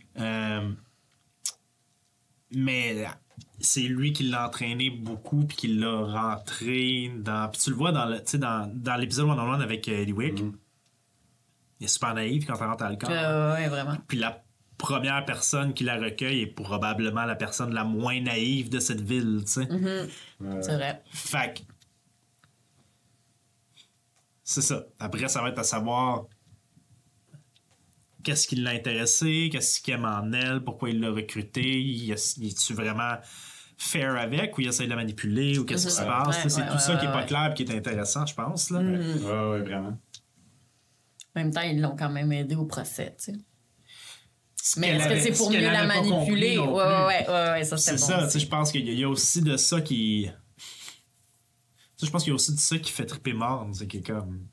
Mais c'est lui qui l'a entraîné beaucoup puis qui l'a rentré dans... Puis tu le vois dans l'épisode one-on-one avec Eliwick. Il est super naïf quand il rentre dans le corps. Ouais, vraiment. Puis la première personne qui la recueille est probablement la personne la moins naïve de cette ville, tu sais. C'est vrai. Fait que... C'est ça. Après, ça va être à savoir qu'est-ce qui l'a intéressé, qu'est-ce qu'il aime en elle, pourquoi il l'a recruté, est-tu vraiment fair avec ou il essaie de la manipuler ou qu'est-ce qui se passe. Ouais, C'est ouais, tout ça qui est ouais, pas ouais. clair et qui est intéressant, je pense. Là. Ouais, vraiment. En même temps, ils l'ont quand même aidé au procès, tu sais. Mais qu'elle est-ce que avait- c'est ce pour qu'elle mieux la avait pas compris manipuler? non Ouais, plus. ça C'est c'était ça, bon. tu sais, je pense qu'il y a aussi de ça qui... Tu sais, je pense qu'il y a aussi de ça qui fait triper Morn, c'est qui est comme...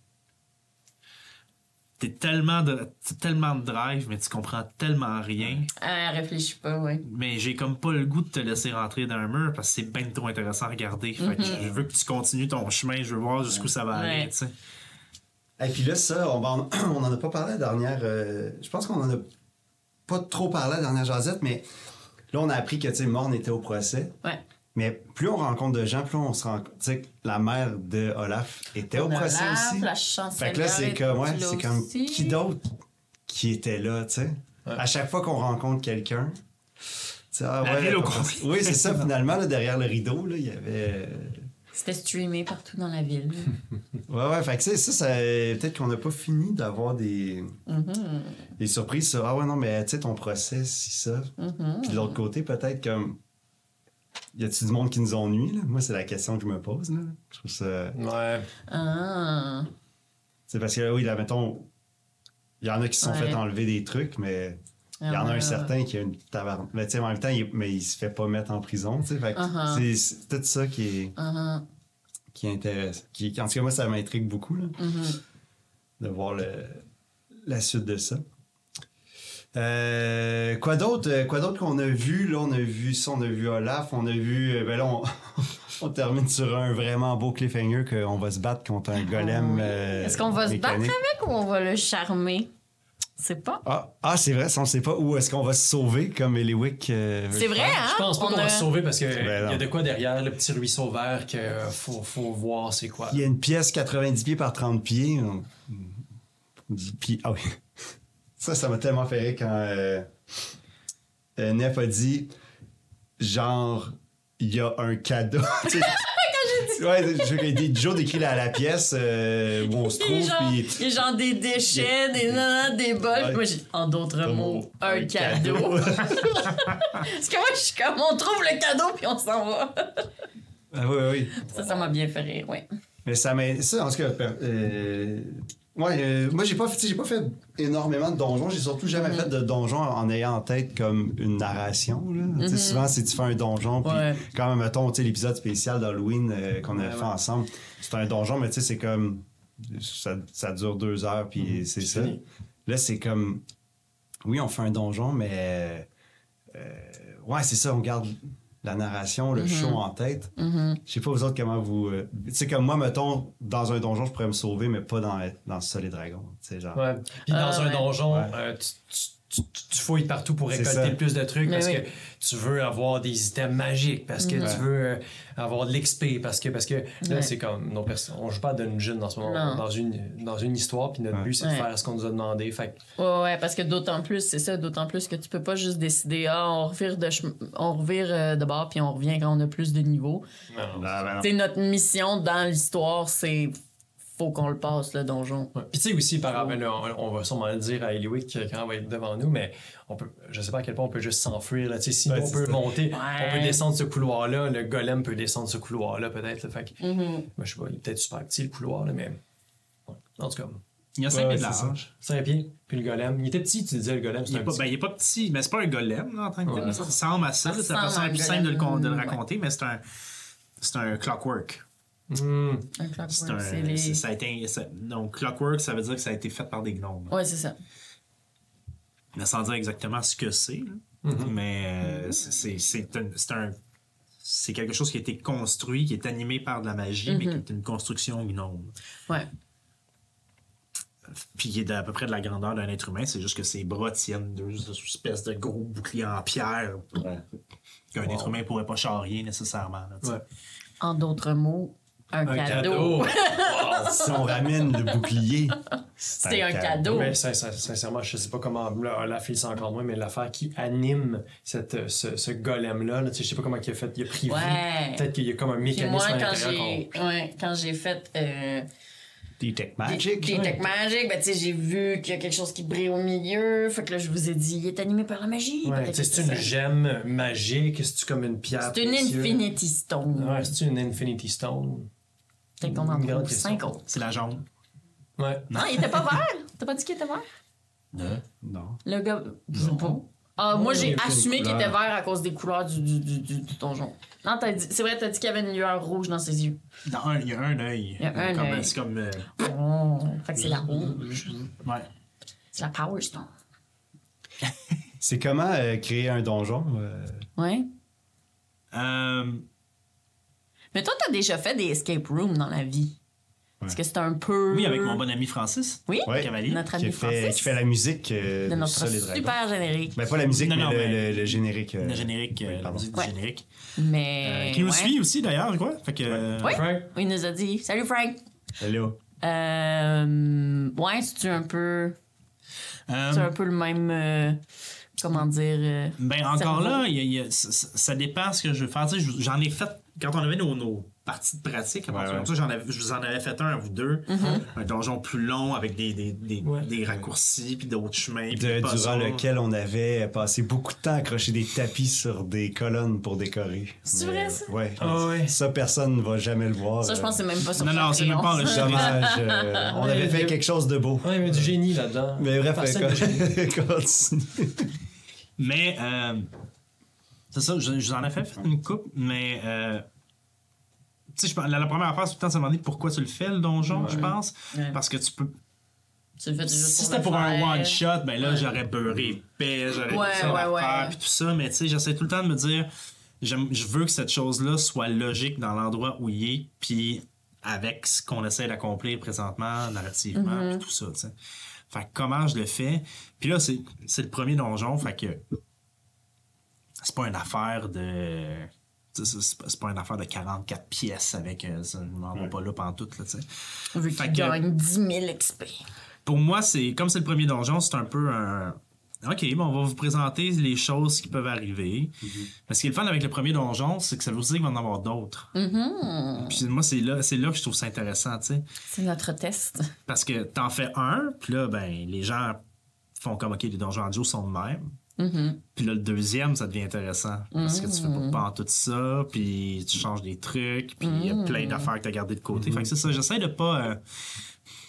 T'as tellement de drive, mais tu comprends tellement rien. Ah, réfléchis pas, ouais. Mais j'ai comme pas le goût de te laisser rentrer dans un mur parce que c'est bien trop intéressant à regarder. Fait que je veux que tu continues ton chemin, je veux voir jusqu'où ça va aller, Ouais. tu sais. Et puis là, ça, on en a pas parlé la dernière... je pense qu'on en a pas trop parlé la dernière jasette, mais là, on a appris que, tu sais, Morn était au procès. Ouais. Mais plus on rencontre de gens, plus on se rend compte... Tu sais, la mère de Olaf était au procès Olaf, aussi. la chancelière Fait que là, c'est était comme... Ouais, là c'est comme... aussi. Qui d'autre qui était là, tu sais? À chaque fois qu'on rencontre quelqu'un... tu sais, ah, La ouais, ville au complet. Oui, c'est ça, finalement, là, derrière le rideau, là, il y avait... C'était streamé partout dans la ville. Ouais, fait que ça peut-être qu'on n'a pas fini d'avoir des surprises sur, ah ouais, non, mais tu sais, ton procès, si ça. Puis de l'autre côté, peut-être comme, y a-tu du monde qui nous ennuie, là? Moi, c'est la question que je me pose, là. Je trouve ça... Ouais. Ah. C'est parce que, là, oui, là, mettons, il y en a qui se sont Ouais. fait enlever des trucs, mais il y en a un certain qui a une taverne. Mais tu sais, en même temps, il se fait pas mettre en prison, tu sais. Fait que c'est tout ça qui intéresse. En tout cas, moi, ça m'intrigue beaucoup, là. De voir la suite de ça. Quoi d'autre qu'on a vu? Là, on a vu ça, on a vu Olaf, on a vu... ben là, on termine sur un vraiment beau cliffhanger qu'on va se battre contre un golem Est-ce qu'on va se battre mécanique. avec ou on va le charmer? C'est pas. Ah, c'est vrai, ça, on sait pas où est-ce qu'on va se sauver comme Eliwick. C'est vrai, hein? Je pense pas On qu'on va se sauver parce qu'il Ben y non. a de quoi derrière le petit ruisseau vert qu'il faut voir c'est quoi. Il y a une pièce 90 pieds par 30 pieds. Puis, ah oui. Ça m'a tellement fait rire quand Nef a dit, genre, il y a un cadeau. Ouais, Joe décrit la pièce où on se trouve. Il Puis y a genre des déchets, des nanas, des bols. Ouais. Moi, j'ai, en d'autres mots, un cadeau. Parce que moi, je suis comme, on trouve le cadeau puis on s'en va. Ah oui. Ça m'a bien fait rire, oui. Mais ça, en tout cas, Ouais, moi j'ai pas fait énormément de donjons. J'ai surtout jamais fait de donjons en ayant en tête comme une narration. Là. Tu sais, souvent, si tu fais un donjon, puis quand même, mettons, l'épisode spécial d'Halloween qu'on avait fait ensemble, c'est un donjon, mais tu sais, c'est comme ça dure 2 heures, puis c'est ça. Là, c'est comme oui, on fait un donjon, mais ouais, c'est ça, on garde la narration, le show en tête. Je sais pas vous autres comment vous... tu sais, comme moi, mettons, dans un donjon, je pourrais me sauver, mais pas dans Sol et Dragon. Tu sais, genre... Ouais. Puis dans un donjon, tu fouilles partout pour récolter le plus de trucs parce que tu veux avoir des items magiques, parce que tu veux avoir de l'XP, parce que là, c'est comme... on joue pas à Dungeon en ce moment, dans une histoire, puis notre but, c'est de faire ce qu'on nous a demandé. Fait que... Ouais, parce que d'autant plus, c'est ça, d'autant plus que tu peux pas juste décider, on revire de bord, puis on revient quand on a plus de niveaux. C'est notre mission dans l'histoire, c'est... faut qu'on le passe, le donjon. Ouais. Puis tu sais aussi, par rapport, on va sûrement le dire à Eliwick quand on va être devant nous, mais on peut, je sais pas à quel point on peut juste s'enfuir. Là. Si on peut monter, on peut descendre ce couloir-là, le golem peut descendre ce couloir-là peut-être. Là. Fait que, je sais pas, il est peut-être super petit le couloir, là, mais en tout cas... Il y a 5 pieds de large. 5 pieds. Puis le golem. Il était petit, tu disais, le golem. Il est pas petit, mais c'est pas un golem là, en tant que tel. Ça ressemble à ça. C'est la façon la plus simple de le raconter, mais c'est un clockwork. Un clockwork, donc, clockwork, ça veut dire que ça a été fait par des gnomes. Ouais, c'est ça. Mais sans dire exactement ce que c'est. Mais c'est quelque chose qui a été construit, qui est animé par de la magie, mais qui est une construction gnome. Ouais. Puis qui est à peu près de la grandeur d'un être humain, c'est juste que ses bras tiennent deux espèces de gros boucliers en pierre qu'un être humain pourrait pas charrier nécessairement. Là, en d'autres mots, un cadeau. Si on ramène le bouclier, c'est un cadeau. Mais sincèrement, je sais pas comment la fille c'est encore moins, mais l'affaire qui anime ce golem-là, je sais pas comment il a fait, il a pris vie. Peut-être qu'il y a comme un mécanisme à l'intérieur. Quand j'ai fait... Detect Magic. Detect Magic, ben tu sais, j'ai vu qu'il y a quelque chose qui brille au milieu. Fait que là, je vous ai dit, il est animé par la magie. Ouais, c'est une gemme magique, c'est comme une pierre. C'est une Infinity Stone. Ouais, c'est une Infinity Stone. Peut-être qu'on en trouve 5 autres. C'est la jaune. Ouais. Non, il était pas vert. T'as pas dit qu'il était vert? Non. Le gars, je sais pas. Moi, j'ai assumé qu'il était vert à cause des couleurs du donjon. Non, c'est vrai, t'as dit qu'il y avait une lueur rouge dans ses yeux. Il y a un œil. Il y a un œil. C'est comme... fait que c'est la rouge. Ouais. C'est la Power Stone. C'est comment créer un donjon? Ouais. Mais toi, t'as déjà fait des escape rooms dans la vie. Est-ce que c'est un peu... Oui, avec mon bon ami Francis. Oui, Cavalier, notre ami Francis. Qui fait la musique de notre super générique. Ben, pas la musique, mais le générique. Le générique, la musique du générique. Mais... qui nous suit aussi, d'ailleurs, je crois. Fait que, Frank. Oui, il nous a dit. Salut, Frank. Hello. Ouais, c'est-tu un peu... c'est un peu le même... comment dire... ben, encore là, ça dépend ce que je veux faire. Tu sais, j'en ai fait... Quand on avait nos parties de pratique, comme ça, je vous en avais fait un à vous deux. Un donjon plus long avec des raccourcis puis d'autres chemins. Durant lequel on avait passé beaucoup de temps à accrocher des tapis sur des colonnes pour décorer. C'est vrai, ça? Ouais. ouais. Ça, personne ne va jamais le voir. Ça, je pense que c'est même pas sur Non, c'est même pas enregistré. Dommage. On avait fait quelque chose de beau. Ouais, il y avait du génie là-dedans. Mais bref, continue. Mais... c'est ça, je vous en ai fait une coupe, mais tu sais, la première affaire, c'est tout le temps se demander pourquoi tu le fais, le donjon, je pense. Parce que tu peux... Tu le fais juste si c'était pour un one-shot, ben là, j'aurais beurré épais, j'aurais dit ça à faire, puis tout ça, mais tu sais, j'essaie tout le temps de me dire, je veux que cette chose-là soit logique dans l'endroit où il est, puis avec ce qu'on essaie d'accomplir présentement, narrativement, puis tout ça, tu sais. Fait que comment je le fais? Puis là, c'est le premier donjon, fait que c'est pas une affaire de... C'est pas une affaire de 44 pièces avec... ça, je m'en vais pas là pantoute, là, tu sais. Vu qu'il gagne 10 000 XP. Pour moi, comme c'est le premier donjon, c'est un peu un... OK, bon, on va vous présenter les choses qui peuvent arriver. Parce que le fun avec le premier donjon, c'est que ça veut dire qu'il va en avoir d'autres. Puis moi, c'est là que je trouve ça intéressant, tu sais. C'est notre test. Parce que t'en fais un, puis là, ben, les gens font comme, OK, les donjons en duo sont de même. Puis là, le deuxième, ça devient intéressant. Parce que tu fais pas en tout ça, puis tu changes des trucs, puis il y a plein d'affaires que tu as gardées de côté. Fait que c'est ça, j'essaie de pas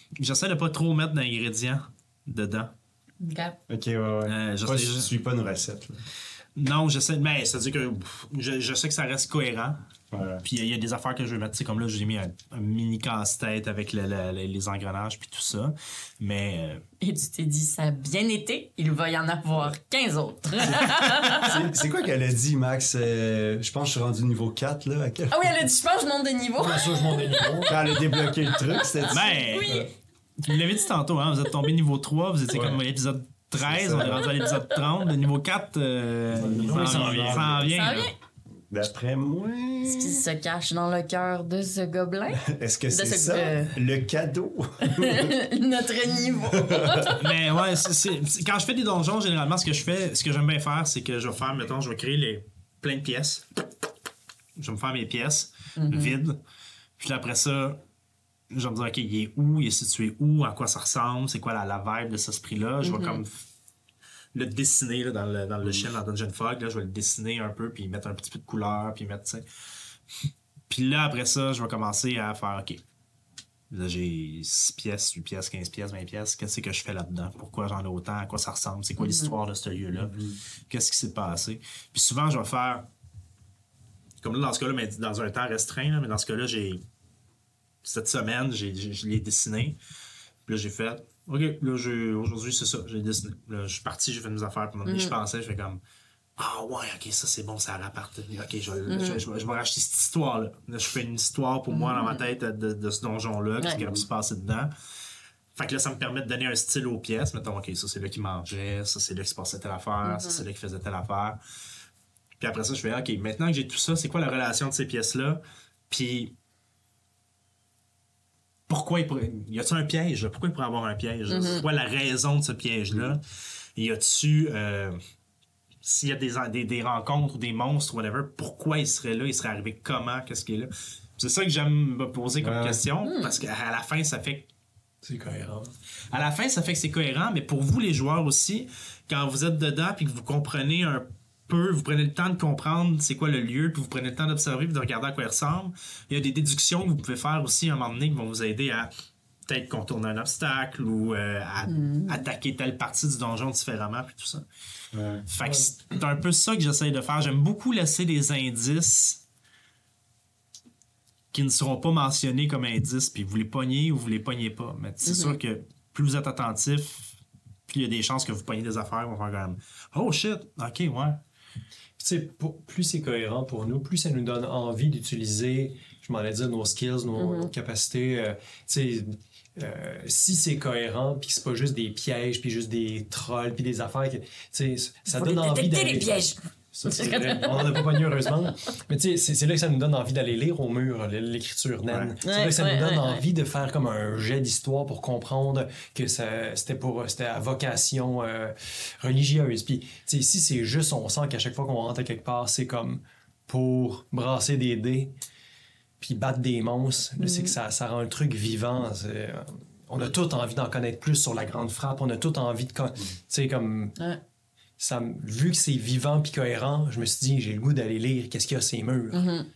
j'essaie de pas trop mettre d'ingrédients dedans. OK, ouais. Je suis pas une recette. Là. Non, j'essaie. Mais c'est-à-dire que je sais que ça reste cohérent. Ouais. Puis il y a des affaires que je vais mettre. Tu sais, comme là, j'ai mis un mini casse-tête avec les engrenages puis tout ça. Mais. Et tu t'es dit, ça a bien été, il va y en avoir 15 autres. C'est quoi qu'elle a dit, Max? Je pense que je suis rendu niveau 4, là. À quel... Ah oui, elle a dit, je pense que je monte de niveau. Bien sûr, je monte des niveaux. Quand elle a débloqué le truc, c'était... Ben. Oui. Vous l'avez dit tantôt, hein, vous êtes tombé niveau 3, vous étiez comme à l'épisode 13, on est rendu à l'épisode 30. Le niveau 4, ça vient. Ça vient. D'après moi... Ce qui se cache dans le cœur de ce gobelin. Est-ce que c'est ce- ça, le cadeau? Notre niveau. Mais ouais, quand je fais des donjons, généralement, ce que j'aime bien faire, c'est que je vais faire, mettons, je vais créer plein de pièces. Je vais me faire mes pièces vides. Puis là, après ça, je vais me dire, OK, il est situé où, à quoi ça ressemble, c'est quoi la vibe de cet esprit-là. Je vais comme le dessiner là, dans le logiciel, dans Dungeon Fog. Là, je vais le dessiner un peu, puis mettre un petit peu de couleur, puis mettre, tu sais. Puis là, après ça, je vais commencer à faire, OK, là, j'ai 6 pièces, 8 pièces, 15 pièces, 20 pièces. Qu'est-ce que je fais là-dedans? Pourquoi j'en ai autant? À quoi ça ressemble? C'est quoi l'histoire de ce lieu-là? Qu'est-ce qui s'est passé? Puis souvent, je vais faire... Comme là, dans ce cas-là, mais dans un temps restreint, là, mais dans ce cas-là, cette semaine, je l'ai dessiné. Puis là, j'ai fait... OK, là, aujourd'hui, c'est ça, j'ai dessiné. Là, je suis parti, j'ai fait mes affaires. Puis je pensais, je fais comme... Ah ouais, OK, ça c'est bon, ça rapporte. OK, je vais racheter cette histoire-là. Là, je fais une histoire pour moi dans ma tête de ce donjon-là, qu'est-ce qui va se passer dedans. Fait que là, ça me permet de donner un style aux pièces. Mettons, OK, ça c'est là qui mangeait, ça c'est là qui se passait telle affaire, ça c'est là qui faisait telle affaire. Puis après ça, je fais, OK, maintenant que j'ai tout ça, c'est quoi la relation de ces pièces-là? Puis pourquoi y a-t-il un piège? Là? Pourquoi il pourrait y avoir un piège? C'est quoi la raison de ce piège-là? Y a-tu... s'il y a des rencontres ou des monstres ou whatever, pourquoi il serait là? Il serait arrivé comment? Qu'est-ce qu'il est là? C'est ça que j'aime me poser comme question, parce qu'à la fin, ça fait... C'est cohérent. À la fin, ça fait que c'est cohérent, mais pour vous, les joueurs aussi, quand vous êtes dedans puis que vous comprenez un peu, vous prenez le temps de comprendre c'est quoi le lieu, puis vous prenez le temps d'observer puis de regarder à quoi il ressemble, il y a des déductions que vous pouvez faire aussi à un moment donné qui vont vous aider à peut-être contourner un obstacle ou à attaquer telle partie du donjon différemment puis tout ça. Ouais. Fait que c'est un peu ça que j'essaie de faire. J'aime beaucoup laisser des indices qui ne seront pas mentionnés comme indices, puis vous les pognez ou vous les pognez pas. Mais c'est sûr que plus vous êtes attentif, plus il y a des chances que vous pognez des affaires qui vont faire comme « Oh shit! OK, ouais. » Tu sais, plus c'est cohérent pour nous, plus ça nous donne envie d'utiliser, je m'en ai dit, nos skills, nos capacités. Tu sais, si c'est cohérent, puis que c'est pas juste des pièges, puis juste des trolls, puis des affaires, tu sais, ça donne envie d'aller... les pièges! Ça, c'est vrai. On n'en a pas pogné, heureusement. Mais tu sais, c'est là que ça nous donne envie d'aller lire au mur l'écriture naine. C'est là que ça nous donne envie de faire comme un jet d'histoire pour comprendre que c'était à vocation religieuse. Puis, tu sais, ici, c'est juste, on sent qu'à chaque fois qu'on rentre à quelque part, c'est comme pour brasser des dés puis battre des monstres. Là, c'est que ça rend le truc vivant. On a tout envie d'en connaître plus sur la grande frappe. On a tout envie de... Tu sais, comme... Ça, vu que c'est vivant puis cohérent, je me suis dit, j'ai le goût d'aller lire qu'est-ce qu'il y a ces murs.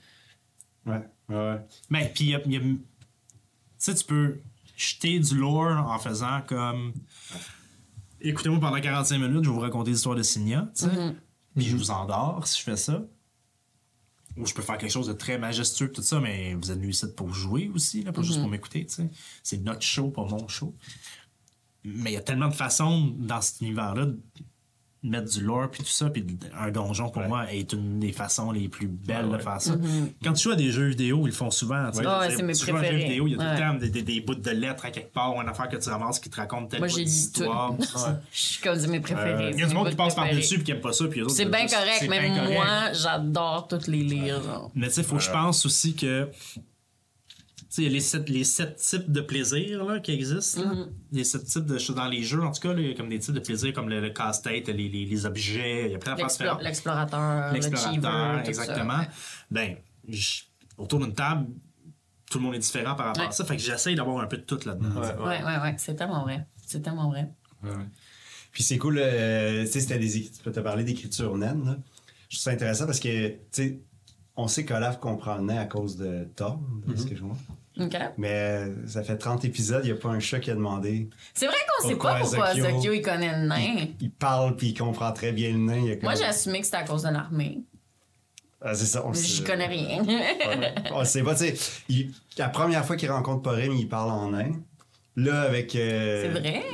Ouais. Mais puis, tu sais, tu peux jeter du lore en faisant comme... Écoutez-moi pendant 45 minutes, je vais vous raconter l'histoire de Signia, tu sais. Puis je vous endors si je fais ça. Ou je peux faire quelque chose de très majestueux tout ça, mais vous êtes venus ici pour jouer aussi, là, pas juste pour m'écouter, tu sais. C'est notre show, pas mon show. Mais il y a tellement de façons dans cet univers-là mettre du lore puis tout ça, puis un donjon pour moi est une des façons les plus belles de faire ça. Quand tu joues à des jeux vidéo, ils le font souvent. Tu c'est mes tu joues à un jeu préférés. vidéo, il y a tout le temps des bouts de lettres à quelque part ou une affaire que tu ramasses qui te raconte telle Moi, j'ai lu histoire. tout. Je suis comme mes préférés. Il y a du monde qui passe par-dessus puis qui aime pas ça. Puis C'est bien correct, mais moi, j'adore toutes les lire. Genre. Mais tu sais, il faut que je pense aussi que il y a les 7 types de plaisir là, qui existent. Là. Les 7 types de choses dans les jeux, en tout cas, là, il y a comme des types de plaisir comme le casse-tête, les objets, il y a plein d'affaires différentes. L'explorateur, le cheaver, exactement. Ça, Ben, autour d'une table, tout le monde est différent par rapport à ça. Fait que j'essaye d'avoir un peu de tout là-dedans. Ouais. C'est tellement vrai. C'est tellement vrai. Ouais. Puis c'est cool, tu sais, tu as parlé d'écriture naine. Là. Je trouve ça intéressant parce que, tu sais, on sait qu'Olaf comprend le nain à cause de Thor, excuse-moi. OK. Mais ça fait 30 épisodes, il n'y a pas un chat qui a demandé. C'est vrai qu'on sait pas pourquoi Azokyo, il connaît le nain. Il parle puis il comprend très bien le nain. Moi, j'ai assumé que c'était à cause de l'armée. Ah, c'est ça. J'y connais rien. On le sait pas, tu sais. La première fois qu'il rencontre Porim, il parle en nain. Là, avec... c'est vrai?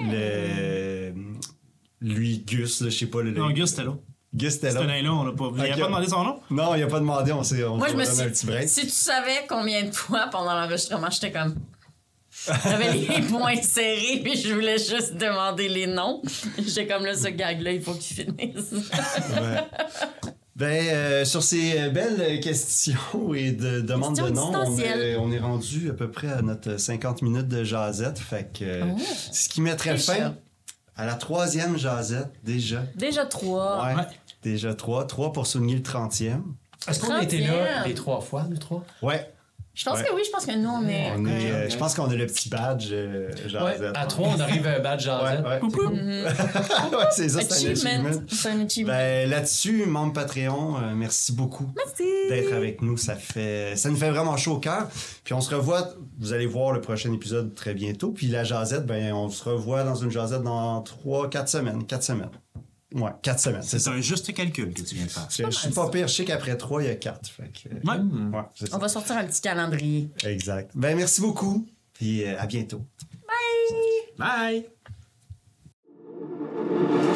Lui, Gus, là, je sais pas. Non, Gus, c'était là. Gus était là. Ce nain-là, on l'a pas... Il a pas demandé son nom? Non, il a pas demandé, on Moi, je me donné un petit break. Si tu savais combien de fois pendant l'enregistrement, j'étais comme... J'avais les poings serrés, puis je voulais juste demander les noms. J'étais comme là, ce gag-là, il faut qu'il finisse. Ben, sur ces belles questions et de demandes de noms, on est rendu à peu près à notre 50 minutes de jasette. Fait que ce qui mettrait fin à la 3e jasette, déjà. Déjà 3. Ouais. Déjà 3. 3 pour souligner le 30e. Est-ce qu'on a été là les 3 fois, nous 3? Ouais. Je pense que oui, je pense que nous, on est... Je pense qu'on a le petit badge jasette. Ouais, à 3, on arrive à un badge jasette. Ouais, c'est ça, c'est un achievement. C'est un achievement. Ben, là-dessus, membre Patreon, merci beaucoup d'être avec nous. Ça nous fait vraiment chaud au cœur. Puis on se revoit, vous allez voir le prochain épisode très bientôt. Puis la jasette, ben, on se revoit dans une jasette dans 4 semaines. 4 semaines. Ouais, 4 semaines. C'est un juste calcul que tu viens de faire. Je suis pas pire. Je sais qu'après 3, il y a 4. Fait que, ouais, c'est ça. On va sortir un petit calendrier. Exact. Ben, merci beaucoup. Puis à bientôt. Bye! Bye!